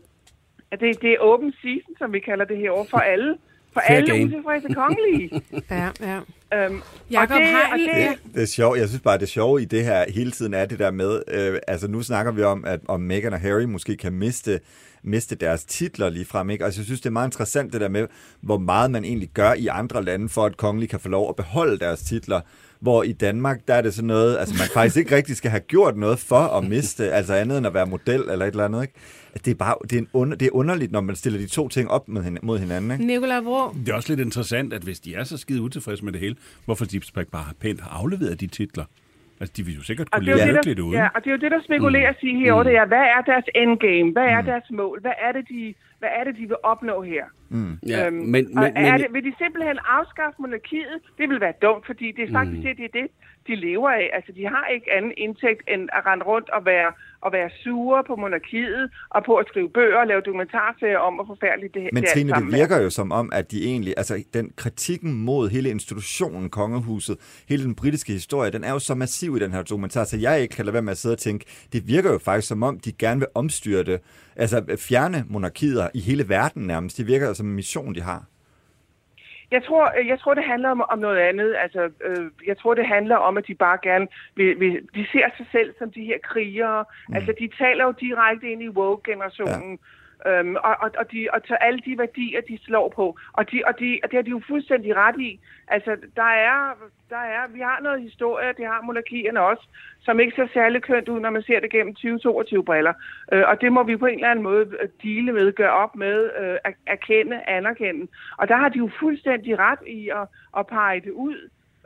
det er open season, som vi kalder det herovre, for alle. For alle utilfredse kongelige. Ja. Jakob Heil. Det er sjovt. Jeg synes bare, det sjove i det her hele tiden er det der med, altså nu snakker vi om, at om Meghan og Harry måske kan miste miste deres titler ligefrem, ikke? Altså, jeg synes, det er meget interessant det der med, hvor meget man egentlig gør i andre lande, for at kongelige kan få lov at beholde deres titler. Hvor i Danmark, der er det sådan noget, altså man faktisk ikke rigtig skal have gjort noget for at miste, altså andet end at være model eller et eller andet, ikke? Det er underligt, når man stiller de to ting op mod hinanden, ikke? Nikolaj Vrå. Det er også lidt interessant, at hvis de er så skide utilfredse med det hele, hvorfor de bare pænt har afleveret de titler? Altså, de vil jo sikkert kunne leve lykkeligt uden. Ja, og det er jo det, der spekulerer sig herovre, det er, hvad er deres endgame? Hvad er deres mål? Hvad er det, de vil opnå her? Ja, Vil de simpelthen afskaffe monarkiet? Det vil være dumt, fordi det er faktisk det, de lever af. Altså, de har ikke anden indtægt end at rende rundt og være sure på monarkiet og på at skrive bøger og lave dokumentarserier om, hvor forfærdeligt det her. Men Trine, det virker jo som om, at de egentlig, altså den kritikken mod hele institutionen, kongehuset, hele den britiske historie, den er jo så massiv i den her dokumentar, så jeg ikke kan lade være med at sidde og tænke, det virker jo faktisk som om, de gerne vil omstyre det, altså fjerne monarkier i hele verden nærmest. Det virker som en mission, de har. Jeg tror, det handler om noget andet. Altså, jeg tror, det handler om, at de bare gerne de ser sig selv som de her krigere. Altså, de taler jo direkte ind i woke-generationen. Og tager alle de værdier, de slår på. Og det har de jo fuldstændig ret i. Altså, vi har noget historie, det har monarkierne også, som ikke ser særlig kønt ud, når man ser det gennem 2022-briller. Og det må vi på en eller anden måde deale med, gøre op med, anerkende. Og der har de jo fuldstændig ret i at pege det ud.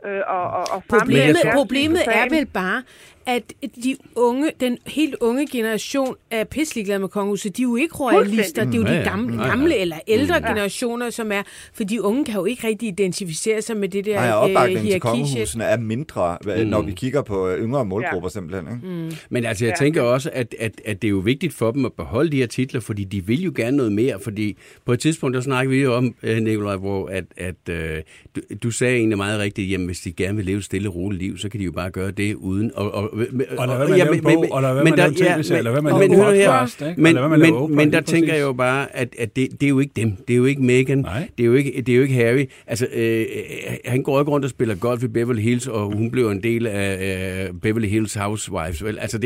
Problemet er vel bare, at den helt unge generation er pisseliglade med kongehuset. De er jo ikke royalister, det er jo de gamle eller ældre generationer, som er, for de unge kan jo ikke rigtig identificere sig med det der hierarki. Opbakningen til kongehusene er mindre, når vi kigger på yngre målgrupper simpelthen. Ikke? Men altså, jeg tænker også, at det er jo vigtigt for dem at beholde de her titler, fordi de vil jo gerne noget mere, fordi på et tidspunkt, der snakker vi jo om, Nikolaj, hvor du sagde egentlig meget rigtigt, jamen hvis de gerne vil leve et stille og roligt liv, så kan de jo bare gøre det uden men der tænker jeg jo bare, at det er jo ikke dem. Det er jo ikke Meghan. Det er jo ikke Harry. Altså, han går ikke rundt og spiller golf i Beverly Hills, og hun bliver en del af Beverly Hills Housewives. Vel? Altså,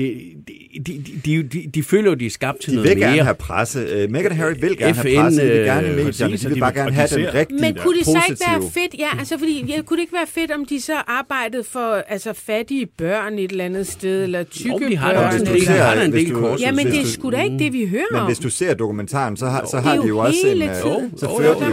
de føler jo, de er skabt til noget mere. De vil gerne have presse. Meghan og Harry vil gerne have presse. De vil gerne i medierne. De vil bare gerne have den rigtige, men kunne det så ikke være positive. fedt? Ja, altså, fordi kunne det ikke være fedt, om de så arbejdede for fattige børn et eller andet sted, eller tykke børn? De har en del kors. Ja, men det er sgu da ikke det, vi hører om. Men hvis du ser dokumentaren, så har de jo også en... Så fører de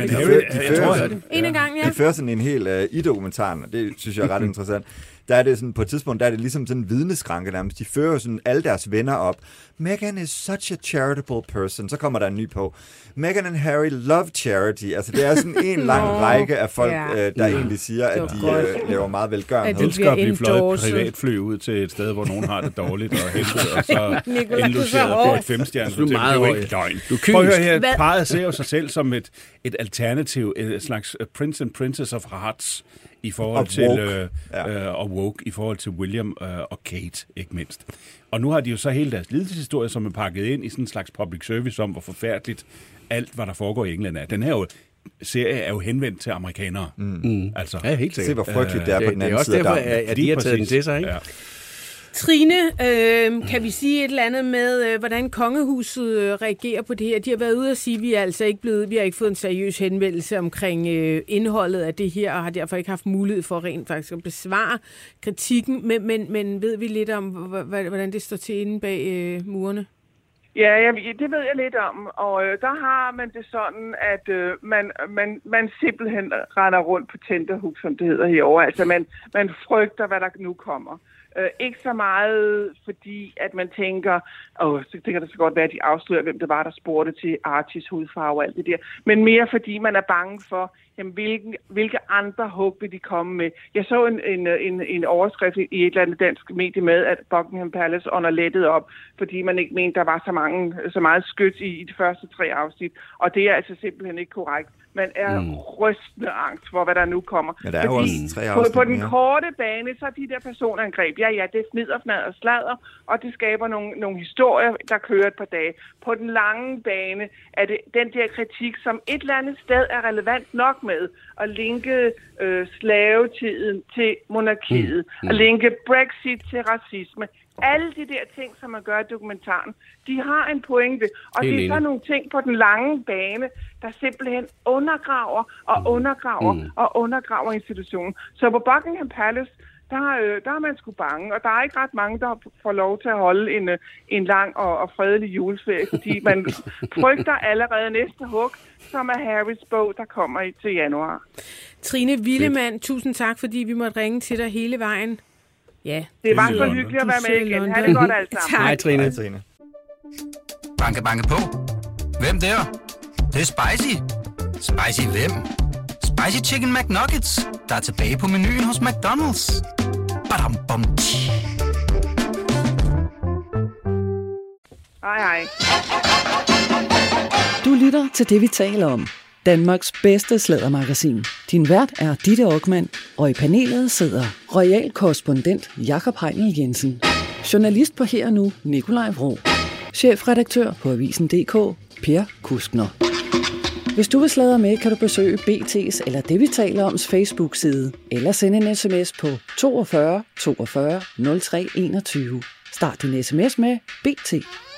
jo... De fører sådan en hel i dokumentaren, og det synes jeg er ret interessant. Der er det sådan, på et tidspunkt, der er det ligesom sådan en vidneskranke nærmest. De fører sådan alle deres venner op. Meghan is such a charitable person. Så kommer der en ny på. Meghan and Harry love charity. Altså, det er sådan en lang række af folk, der egentlig siger, at de laver meget velgørenhed. Jeg elsker at blive fløjet privatfly ud til et sted, hvor nogen har det dårligt og helvede, og så indlogeret på et 5-stjernet hotel. Det er jo ikke løgn. Prøv at høre her. Parret ser jo sig selv som et alternativ, et slags Prince and Princess of Hearts, i forhold til og woke i forhold til William og Kate, ikke mindst. Og nu har de jo så hele deres lidelseshistorie, som er pakket ind i sådan en slags public service om, hvor forfærdeligt alt, hvad der foregår i England er. Den her serie er jo henvendt til amerikanere. Altså, ja, helt sikkert. Se, hvor frygteligt det er på den anden side. Det er også derfor, at de har taget den til sig, ikke? Ja. Trine, kan vi sige et eller andet med, hvordan kongehuset reagerer på det her? De har været ude og sige, at vi har ikke fået en seriøs henvendelse omkring indholdet af det her, og har derfor ikke haft mulighed for rent faktisk at besvare kritikken. Men ved vi lidt om, hvordan det står til inde bag murene? Ja, det ved jeg lidt om, og der har man det sådan, at man simpelthen render rundt på tenterhug, som det hedder herovre. Altså man frygter, hvad der nu kommer. Ikke så meget, fordi at man tænker, så kan det så godt være, at de afslører, hvem det var, der spurgte til Archies hudfarve og alt det der. Men mere fordi man er bange for, jamen, hvilke andre hug vil de komme med. Jeg så en overskrift i et eller andet dansk medie med, at Buckingham Palace ånder lettet op, fordi man ikke mente, der var så meget skyts i de første 3 afsnit. Og det er altså simpelthen ikke korrekt. Man er rystende angst for, hvad der nu kommer. Ja, der er jo også 3 afsnit på den korte bane, så er de der personangreb, det er fnidder, fnadder, sladder, og det skaber nogle historier, der kører et par dage. På den lange bane er det den der kritik, som et eller andet sted er relevant nok med at linke slavetiden til monarkiet, at linke Brexit til racisme. Alle de der ting, som man gør i dokumentaren, de har en pointe. Og det er så nogle ting på den lange bane, der simpelthen undergraver og undergraver institutionen. Så på Buckingham Palace, der er man sgu bange, og der er ikke ret mange, der får lov til at holde en lang og fredelig juleferie, fordi man frygter allerede næste hug, som er Harrys bog, der kommer til januar. Trine Willemann, tusind tak, fordi vi måtte ringe til dig hele vejen. Ja. Det var så hyggeligt at være med igen. Ha' det godt alt sammen. Hej, Trine. Hej, Trine. Banke, banke på. Hvem der? Det er spicy. Spicy hvem? Spicy Chicken McNuggets, der er tilbage på menuen hos McDonald's. Badum, bom, Hej. Du lytter til det, vi taler om. Danmarks bedste sladdermagasin. Din vært er Ditte Okman, og i panelet sidder royal korrespondent Jakob Heinel Jensen, journalist på Her Nu, Nikolaj Vrå, chefredaktør på Avisen.dk, Per Kuskner. Hvis du vil sladre med, kan du besøge BT's eller det, vi taler oms Facebook-side, eller sende en sms på 42 42 03 21. Start din sms med BT.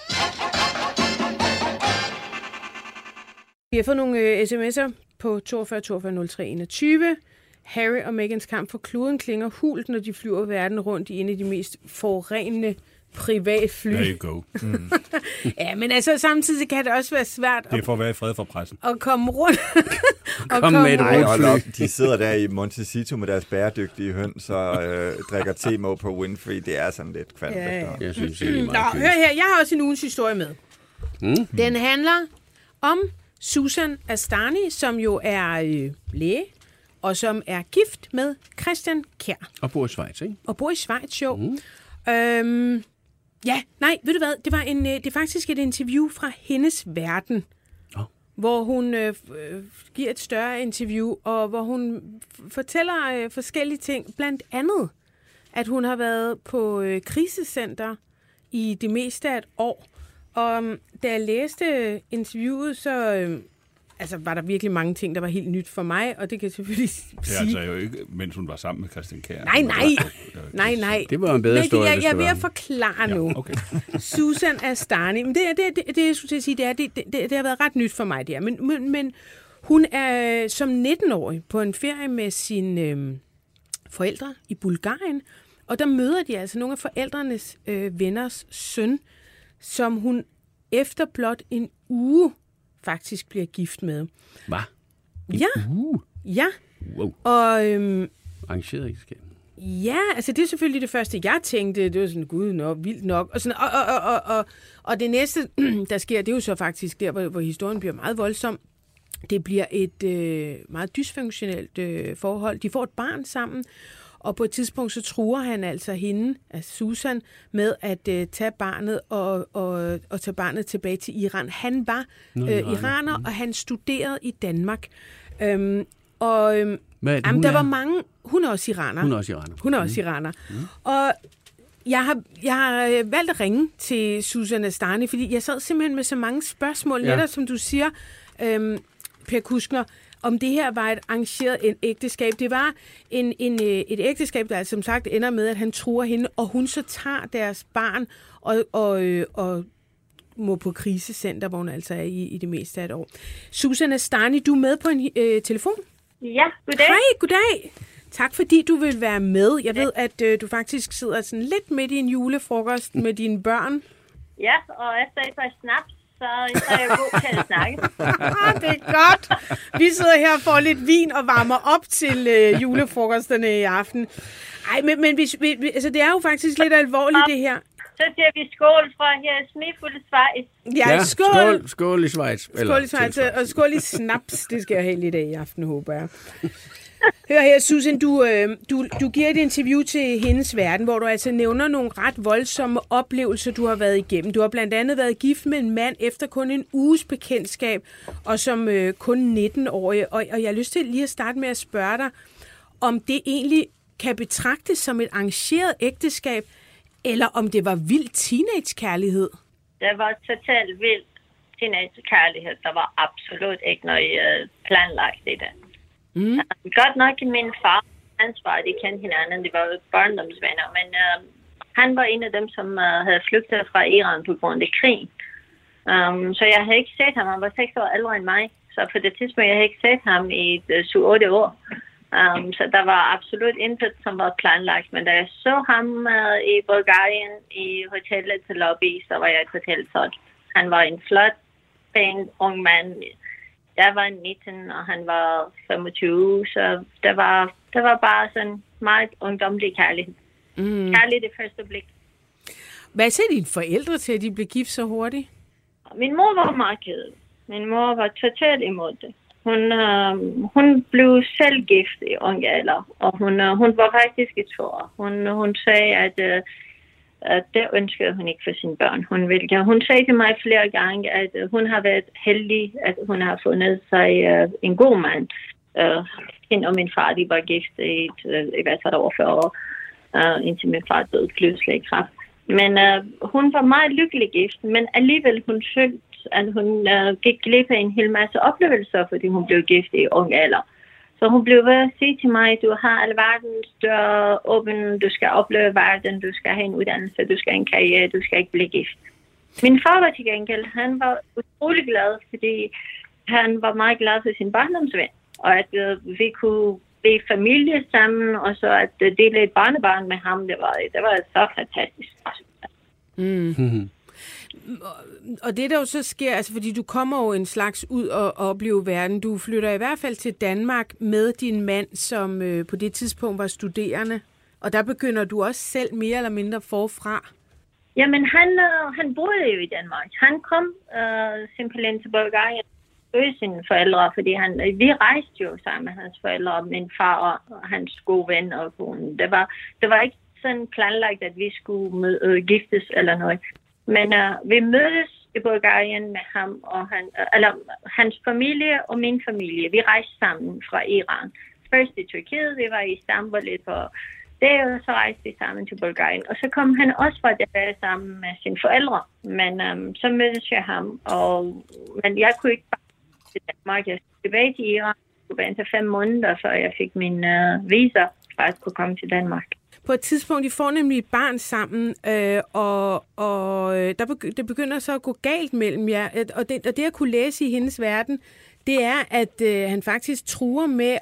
Vi har fået nogle sms'er på 42 42 03 21. Harry og Megans kamp for kloden klinger hult, når de flyver verden rundt i en af de mest forurenende privatfly. There you go. Ja, men altså samtidig kan det også være svært det er for at være i fred for pressen. At komme rundt. Kom med et rundfly. De sidder der i Montecito med deres bæredygtige høns og drikker te med på Winfrey. Det er sådan lidt kvalmt. Ja. Jeg synes, det er meget hør her, jeg har også en ugens historie med. Den handler om Susan Astani, som jo er læge, og som er gift med Christian Kjær. Og bor i Schweiz, ikke? Og bor i Schweiz, jo. Ved du hvad? Det er faktisk et interview fra hendes verden, hvor hun giver et større interview, og hvor hun fortæller forskellige ting. Blandt andet, at hun har været på krisecenter i det meste af et år. Og da jeg læste interviewet, så var der virkelig mange ting, der var helt nyt for mig, og det kan jeg selvfølgelig sige. Det er altså jo ikke, mens hun var sammen med Christian Kjær. Nej. Det var en bedre historie. Jeg er ved at forklare nu. Okay. Susan Astani, men det jeg skulle til at sige, det har været ret nyt for mig, det her. Men hun er som 19-årig på en ferie med sine forældre i Bulgarien, og der møder de altså nogle af forældrenes venners søn, som hun efter blot en uge faktisk bliver gift med. Hvad? Ja. Wow. Og arrangeret ægteskab. Ja, altså det er selvfølgelig det første, jeg tænkte. Det var sådan, gud nok, vildt nok. Og, sådan, og det næste, der sker, det er jo så faktisk der, hvor historien bliver meget voldsom. Det bliver et meget dysfunktionelt forhold. De får et barn sammen, og på et tidspunkt så truer han altså hende, altså Susan, med at tage barnet og tage barnet tilbage til Iran. Han var iraner, og han studerede i Danmark. Der var mange. Hun er også iraner. Og jeg har valgt at ringe til Susan Astani, fordi jeg sad simpelthen med så mange spørgsmål, netop som du siger, Per Kuskner, om det her var et arrangeret ægteskab. Det var et ægteskab, der som sagt ender med, at han truer hende, og hun så tager deres barn og må på krisecenter, hvor hun altså er i det meste af et år. Susan Astani, du er med på en telefon? Ja, goddag. Hej, goddag. Tak fordi du vil være med. Jeg ved, at du faktisk sidder sådan lidt midt i en julefrokost med dine børn. Ja, og efter et par snaps, så er jeg god til at snakke. Det er godt. Vi sidder her og får lidt vin og varmer op til julefrokosterne i aften. Ej, men altså, det er jo faktisk lidt alvorligt, det her. Så siger vi skål fra her i smifulde Schweiz. Ja, skål. Skål i Schweiz. Skål i Schweiz, og skål i snaps. Det skal jeg have lidt af i aften, håber jeg. Hør her, Susan, du giver et interview til hendes verden, hvor du altså nævner nogle ret voldsomme oplevelser, du har været igennem. Du har blandt andet været gift med en mand efter kun en uges bekendtskab, og som kun 19-årig. Og jeg har lyst til lige at starte med at spørge dig, om det egentlig kan betragtes som et arrangeret ægteskab, eller om det var vild teenagekærlighed? Det var totalt vild teenagekærlighed. Der var absolut ikke noget planlagt i det. Godt nok min far og hans far, de kendte hinanden, de var jo barndomsvenner, men Han var en af dem, som havde flygtet fra Iran på grund af krigen. Så jeg havde ikke set ham. Han var 6 år ældre end mig. Så på det tidspunkt, jeg havde ikke set ham i 7-8 år. Så der var absolut intet, som var planlagt. Men da jeg så ham i Bulgarien, i hotellet til lobby, så var jeg et hotelsolgt. Han var en flot, pæn, ung mand. Jeg var 19, og han var 25. Så der var bare sådan meget ungdomlig kærlighed. Kærlighed i første blik. Hvad sagde dine forældre til, at de blev gift så hurtigt? Min mor var meget ked. Min mor var totalt imod det. Hun blev selv gift i ung alder, og hun var faktisk i 2 år. Hun sagde, at det ønskede hun ikke for sine børn. Hun sagde til mig flere gange, at hun har været heldig, at hun har fundet sig en god mand. Hende og min far, de var gift i hvert fald over 40 år, indtil min far døde pludselig i kræft. Men hun var meget lykkelig gift, men alligevel hun følte, at hun gik glip af en hel masse oplevelser, fordi hun blev gift i ung alder. Så hun blev ved at sige til mig, du har alle verdens dør åben, du skal opleve verden, du skal have en uddannelse, du skal have en karriere, du skal ikke blive gift. Min far var til gengæld, han var utrolig glad, fordi han var meget glad for sin barndomsven, og at vi kunne blive familie sammen, og så at dele et barnebarn med ham, det var så fantastisk. Og det der jo så sker, altså fordi du kommer jo en slags ud og oplever verden. Du flytter i hvert fald til Danmark med din mand, som på det tidspunkt var studerende. Og der begynder du også selv mere eller mindre forfra. Jamen, han boede jo i Danmark. Han kom simpelthen til Bulgarien og sine forældre, fordi vi rejste jo sammen med hans forældre, min far og hans gode ven og kone. Det var ikke sådan planlagt, at vi skulle giftes eller noget. Men vi mødtes i Bulgarien med ham og hans familie og min familie. Vi rejste sammen fra Iran. Først i Tyrkiet, vi var i Istanbul lidt på det, og så rejste vi sammen til Bulgarien. Og så kom han også fra der sammen med sine forældre. Men så mødtes jeg ham, men jeg kunne ikke bare til Danmark. Jeg skulle tilbage til Iran. Jeg skulle vente 5 måneder, før jeg fik min visa, for at kunne komme til Danmark. På et tidspunkt, de får nemlig et barn sammen, og det begynder så at gå galt mellem jer. Og det jeg kunne læse i hendes verden, det er, at han faktisk truer med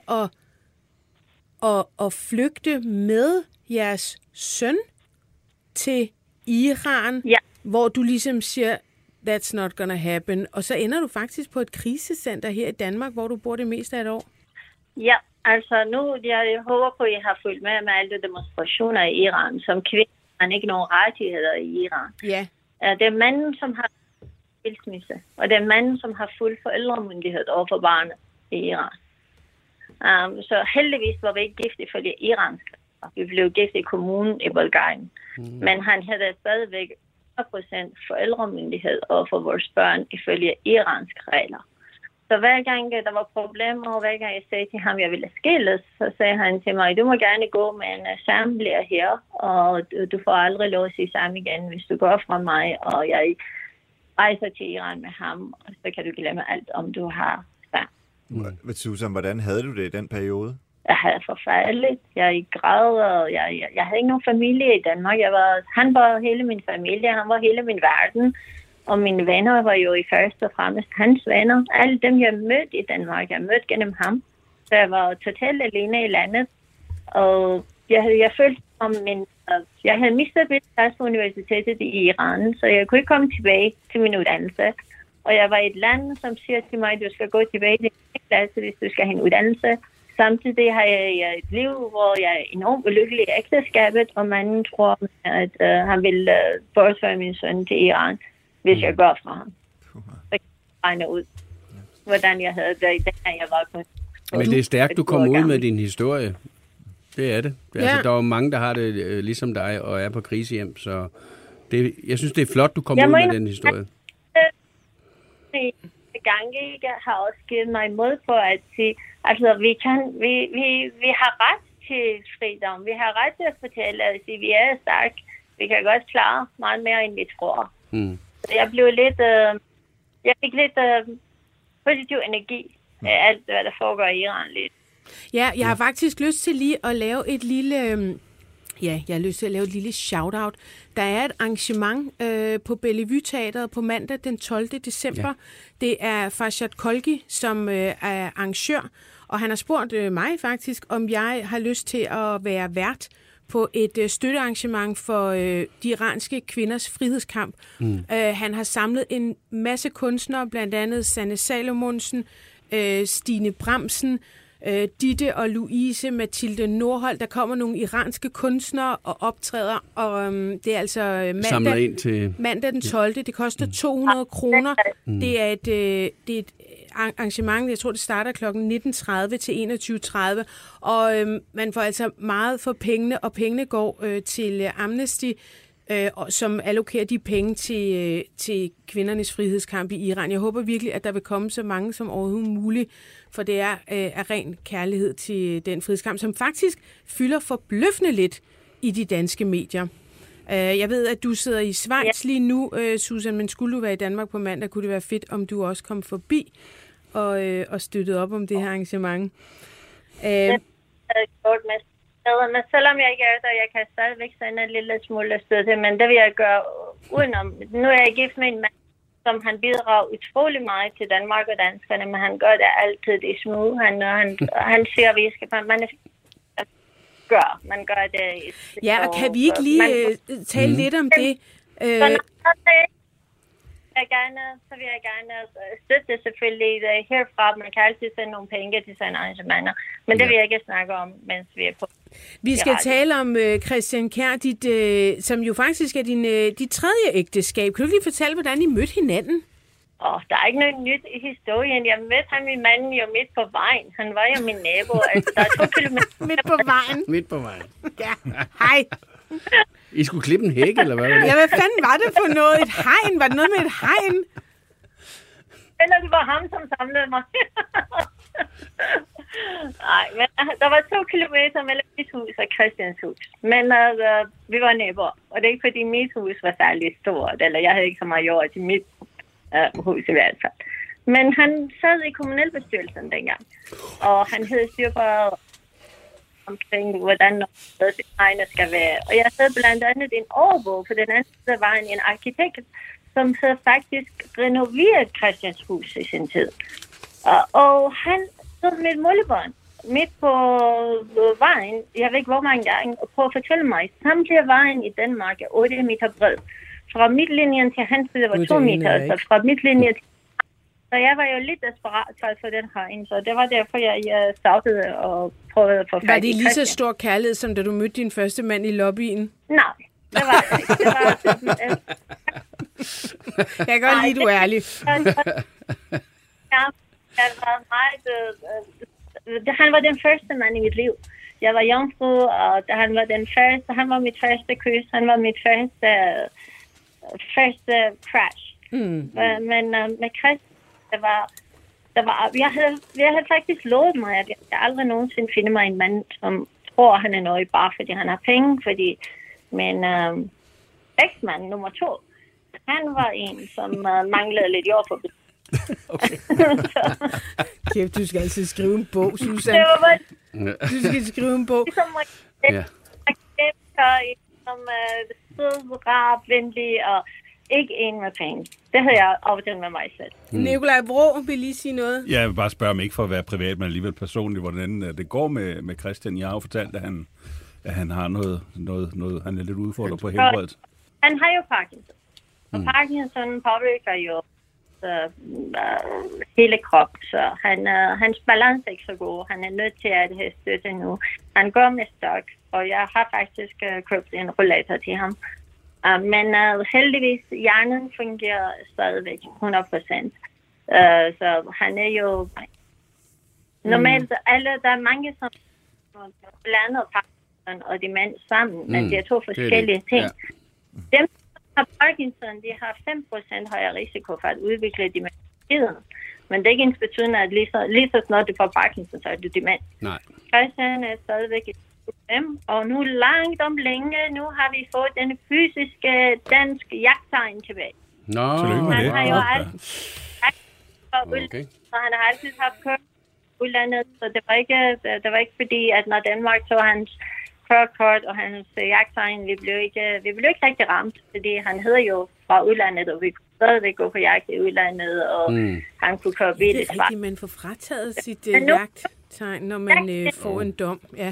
at flygte med jeres søn til Iran, hvor du ligesom siger, that's not gonna happen. Og så ender du faktisk på et krisecenter her i Danmark, hvor du bor det meste af et år. Ja. Altså nu, jeg håber på, at I har fulgt med alle de demonstrationer i Iran, som kvinder har ikke nogen rettigheder i Iran. Ja. Det er manden, som har skilsmisse, og det er manden, som har fuld forældremyndighed over for barnet i Iran. Så heldigvis var vi ikke gift ifølge iransk. Vi blev gift i kommunen i Bulgarien. Men han havde stadigvæk 100% forældremyndighed over for vores børn ifølge iranske regler. Så hver gang der var problemer, og hver gang jeg sagde til ham, at jeg ville skilles, så sagde han til mig, du må gerne gå med en sammenlærer her, og du får aldrig lov at sige sammen igen, hvis du går fra mig, og jeg rejser til Iran med ham, og så kan du glemme alt, om du har sammen. Susan, hvordan havde du det i den periode? Jeg havde forfærdeligt. Jeg græd, og jeg havde ikke nogen familie i Danmark. Han var hele min familie, han var hele min verden. Og mine venner var jo i første og fremmest hans venner. Alle dem, jeg mødte i Danmark, jeg mødte gennem ham. Så jeg var totalt alene i landet. Og jeg følte som jeg havde mistet mit plads på universitetet i Iran, så jeg kunne ikke komme tilbage til min uddannelse. Og jeg var i et land, som siger til mig, at du skal gå tilbage til din klasse, hvis du skal have en uddannelse. Samtidig har jeg et liv, hvor jeg er enormt ulykkelig i ægteskabet, og manden tror, at han vil bortføre min søn til Iran, hvis jeg går fra ham. Så kan jeg regne ud, hvordan jeg havde det, da jeg var kun. Men det er stærkt, du kommer ud med din historie. Det er det. Ja. Altså, der er jo mange, der har det ligesom dig, og er på krisehjem, så jeg synes, det er flot, du kommer ud med den historie. Gange har også givet mig mod på at sige, altså vi har ret til fridom, vi har ret til at fortælle, at vi er stærke, vi kan godt klare meget mere, end vi tror. Så jeg fik lidt positiv energi af alt, hvad der foregår i Iran lidt. Ja, jeg har faktisk lyst til lige at lave Ja, jeg har lyst til at lave et lille shout-out. Der er et arrangement på Bellevue Teatret på mandag den 12. december. Ja. Det er Farshad Kolgi, som er arrangør, og han har spurgt mig faktisk, om jeg har lyst til at være vært på et støttearrangement for de iranske kvinders frihedskamp. Han har samlet en masse kunstnere, blandt andet Sanne Salomonsen, Stine Bramsen, Ditte og Louise, Mathilde Nordholt. Der kommer nogle iranske kunstnere og optræder, og det er altså mandag den 12. Det koster 200 kroner. Det er et arrangement, jeg tror, det starter kl. 19.30 til 21.30, og man får altså meget for pengene, og pengene går til Amnesty, som allokerer de penge til kvindernes frihedskamp i Iran. Jeg håber virkelig, at der vil komme så mange som overhovedet muligt, for det er af ren kærlighed til den frihedskamp, som faktisk fylder forbløffende lidt i de danske medier. Jeg ved, at du sidder i Schweiz lige nu, Susan, men skulle du være i Danmark på mandag, kunne det være fedt, om du også kom forbi og støttede op om det her arrangement. Men selvom jeg ikke er der, jeg kan stadigvæk sende en lille smule støtte, men det vil jeg gøre udenom. Nu er jeg gift med en mand, som han bidrager utrolig meget til Danmark og danskerne, men han gør det altid i smug. Han siger, at vi skal man gør det. Ja, og kan vi ikke lige tale lidt om det? Så vil jeg gerne støtte selvfølgelig herfra. Man kan altid sende nogle penge til sådan arrangementer, men det vil jeg ikke snakke om, mens vi er på. Vi skal tale om Christian Kjær, som jo faktisk er dit tredje ægteskab. Kan du lige fortælle, hvordan I mødte hinanden? Der er ikke noget nyt i historien. Jeg mødte ham i manden jo midt på vejen. Han var jo min nabo. Altså, der er 2 kilometer midt på vejen. Midt på vejen. Ja, hej. I skulle klippe en hæk, eller hvad var det? Ja, hvad fanden var det for noget? Et hegn? Var det noget med et hegn? Eller det var ham, som samlede mig. Nej, men der var 2 kilometer mellem mit hus og Christians hus. Men vi var naboer, og det er ikke fordi mit hus var særlig stort, eller jeg havde ikke så meget jord til mit hus i hvert fald. Men han sad i kommunalbestyrelsen dengang, og han havde styr på omkring, hvordan egne skal være. Og jeg havde blandt andet en overbog, på den anden side var en arkitekt, som havde faktisk renoveret Christians hus i sin tid. Og han stod med et målebånd midt på vejen, jeg ved ikke hvor mange gange, og prøvede at fortælle mig, samtlige vejen i Danmark er 8 meter bred. Fra midtlinjen til hans side var 2 meter, altså fra midtlinjen til... Så jeg var jo lidt desperat for den her, så det var derfor, jeg startede og prøvede at få fat i Var det lige så stor kærlighed, som da du mødte din første mand i lobbyen? Nej, det var det ikke. Det var, jeg kan godt lide, du er ærlig. Han var den første mand i mit liv. Jeg var jomfru, og han var den første. Han var mit første kys. Han var mit første crash. Men med Chris, jeg havde faktisk lovet mig, at jeg aldrig nogensinde finder mig en mand, som tror, han er noget bare fordi han har penge. Men eksmand nummer 2, han var en, som manglede lidt jord for. Okay. Kæft, du skal altid skrive en bog, Susan. Du skal skrive en bog. Ja. Som sød, rar, venlig og ikke en med penge. Det havde jeg aftalt med mig selv. Nikolaj Bro vil lige sige noget. Jeg vil bare spørge mig ikke for at være privat, men alligevel personligt, hvordan det går med Christian. Jeg har jo fortalt, at han har noget han er lidt udfordret på helbredet. Han har jo Parkinson. Og Parkinson påvirker jo hele kroppen, så hans balance er ikke så god. Han er nødt til at have støtte nu. Han går med stok, og jeg har faktisk købt en rollator til ham. Men heldigvis, hjernen fungerer stadigvæk 100%. Så han er jo... Normalt, der er mange, som blander Parkinson og demens sammen, men det er 2 forskellige ting. Ja. Dem, Parkinson, de har 5% højere risiko for at udvikle demens. Men det er ikke ens betydende, at lige så snart du får Parkinson, så er du dement. Nej. Christian er stadigvæk et problem, og nu langt om længe, nu har vi fået den fysiske danske jagttegn tilbage. Nå, han har jo altid og han har altid haft kørt udlandet, så det var ikke fordi, at når Danmark tog hans kørekort, og hans jagttegn, vi blev ikke rigtig ramt, fordi han hedder jo fra udlandet, og vi kunne stadigvæk gå på jagt i udlandet, og han kunne køre bil i Sverige. Det er rigtigt, man får frataget sit jagttegn, når man får en dom. Ja.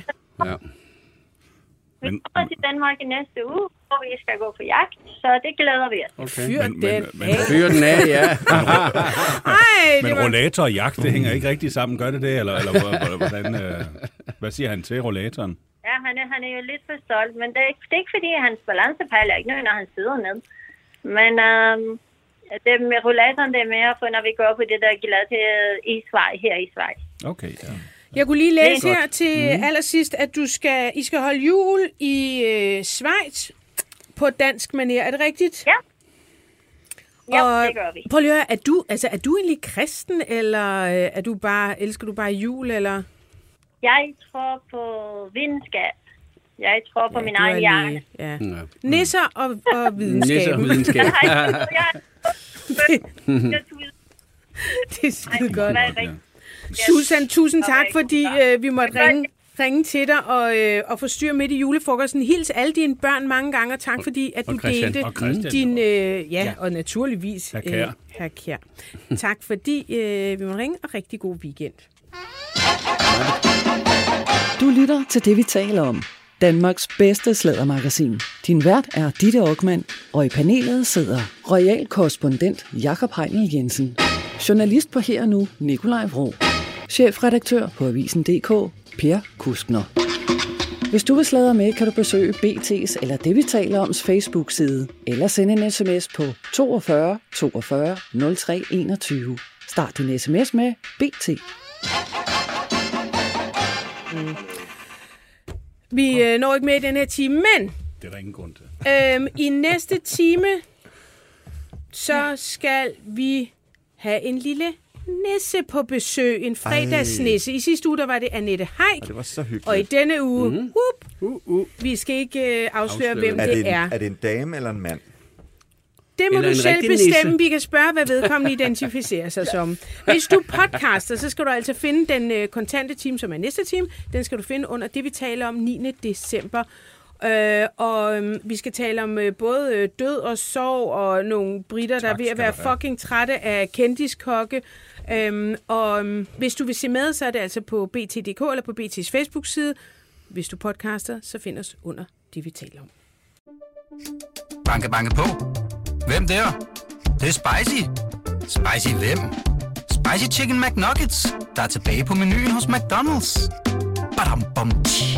Vi kommer til Danmark i næste uge, hvor vi skal gå på jagt, så det glæder vi os. Okay. Fyr den af, ja. Men rollator og jagt, det hænger ikke rigtig sammen, gør det det? Eller hvordan, hvad siger han til rollatoren? Ja, han er jo lidt for stolt, men det er ikke fordi, hans balancepejl er ikke noget, når han sidder ned. Men det med rollatoren, det er mere for, når vi går på det der glad til isvej her i Schweiz. Okay, ja. Jeg kunne lige læse her til allersidst, at I skal holde jul i Schweiz på dansk manér. Er det rigtigt? Ja. Ja, og det gør vi. Prøv lige at høre, er du egentlig kristen, eller elsker du bare jul, eller? Jeg tror på videnskab. Jeg tror på min egen hjerne. Ja. Nisser og videnskab. Nisser og videnskab. Det er skide godt. Susan, tusind tak, fordi vi måtte ringe til dig og forstyrre midt i julefrokosten. Hils alle dine børn mange gange, og tak fordi, at du delte din... og naturligvis herr Kjær. Tak fordi vi måtte ringe, og rigtig god weekend. Du lytter til det, vi taler om. Danmarks bedste sladdermagasin. Din vært er Ditte Okman, og i panelet sidder royal korrespondent Jakob Heinel Jensen, journalist på Her Nu, Nikolaj Vrå, chefredaktør på Avisen.dk, Per Kuskner. Hvis du vil sladre med, kan du besøge BT's eller det, vi taler oms Facebook-side, eller sende en sms på 42 42 03 21. Start din sms med BT. Vi når ikke med i den her time, men... Det er der ingen grund til. I næste time, så skal vi have en lille nisse på besøg. En fredagsnisse. I sidste uge, der var det Annette Haik. Det var så hyggeligt. Og i denne uge, vi skal ikke afsløre, hvem det er. Er det en dame eller en mand? Det må du selv bestemme. Nisse. Vi kan spørge, hvad vedkommende identificerer sig som. Hvis du podcaster, så skal du altså finde den kontante time, som er næste time. Den skal du finde under det, vi taler om 9. december. Vi skal tale om både død og sorg, og nogle britter, der er ved at være fucking trætte af kendiskokke. Hvis du vil se med, så er det altså på BT.dk eller på BT's Facebook-side. Hvis du podcaster, så find os under det, vi taler om. Banke, banke på. Hvem der? Det er spicy. Spicy hvem? Spicy Chicken McNuggets, der er tilbage på menuen hos McDonald's. Badum, bom, tji.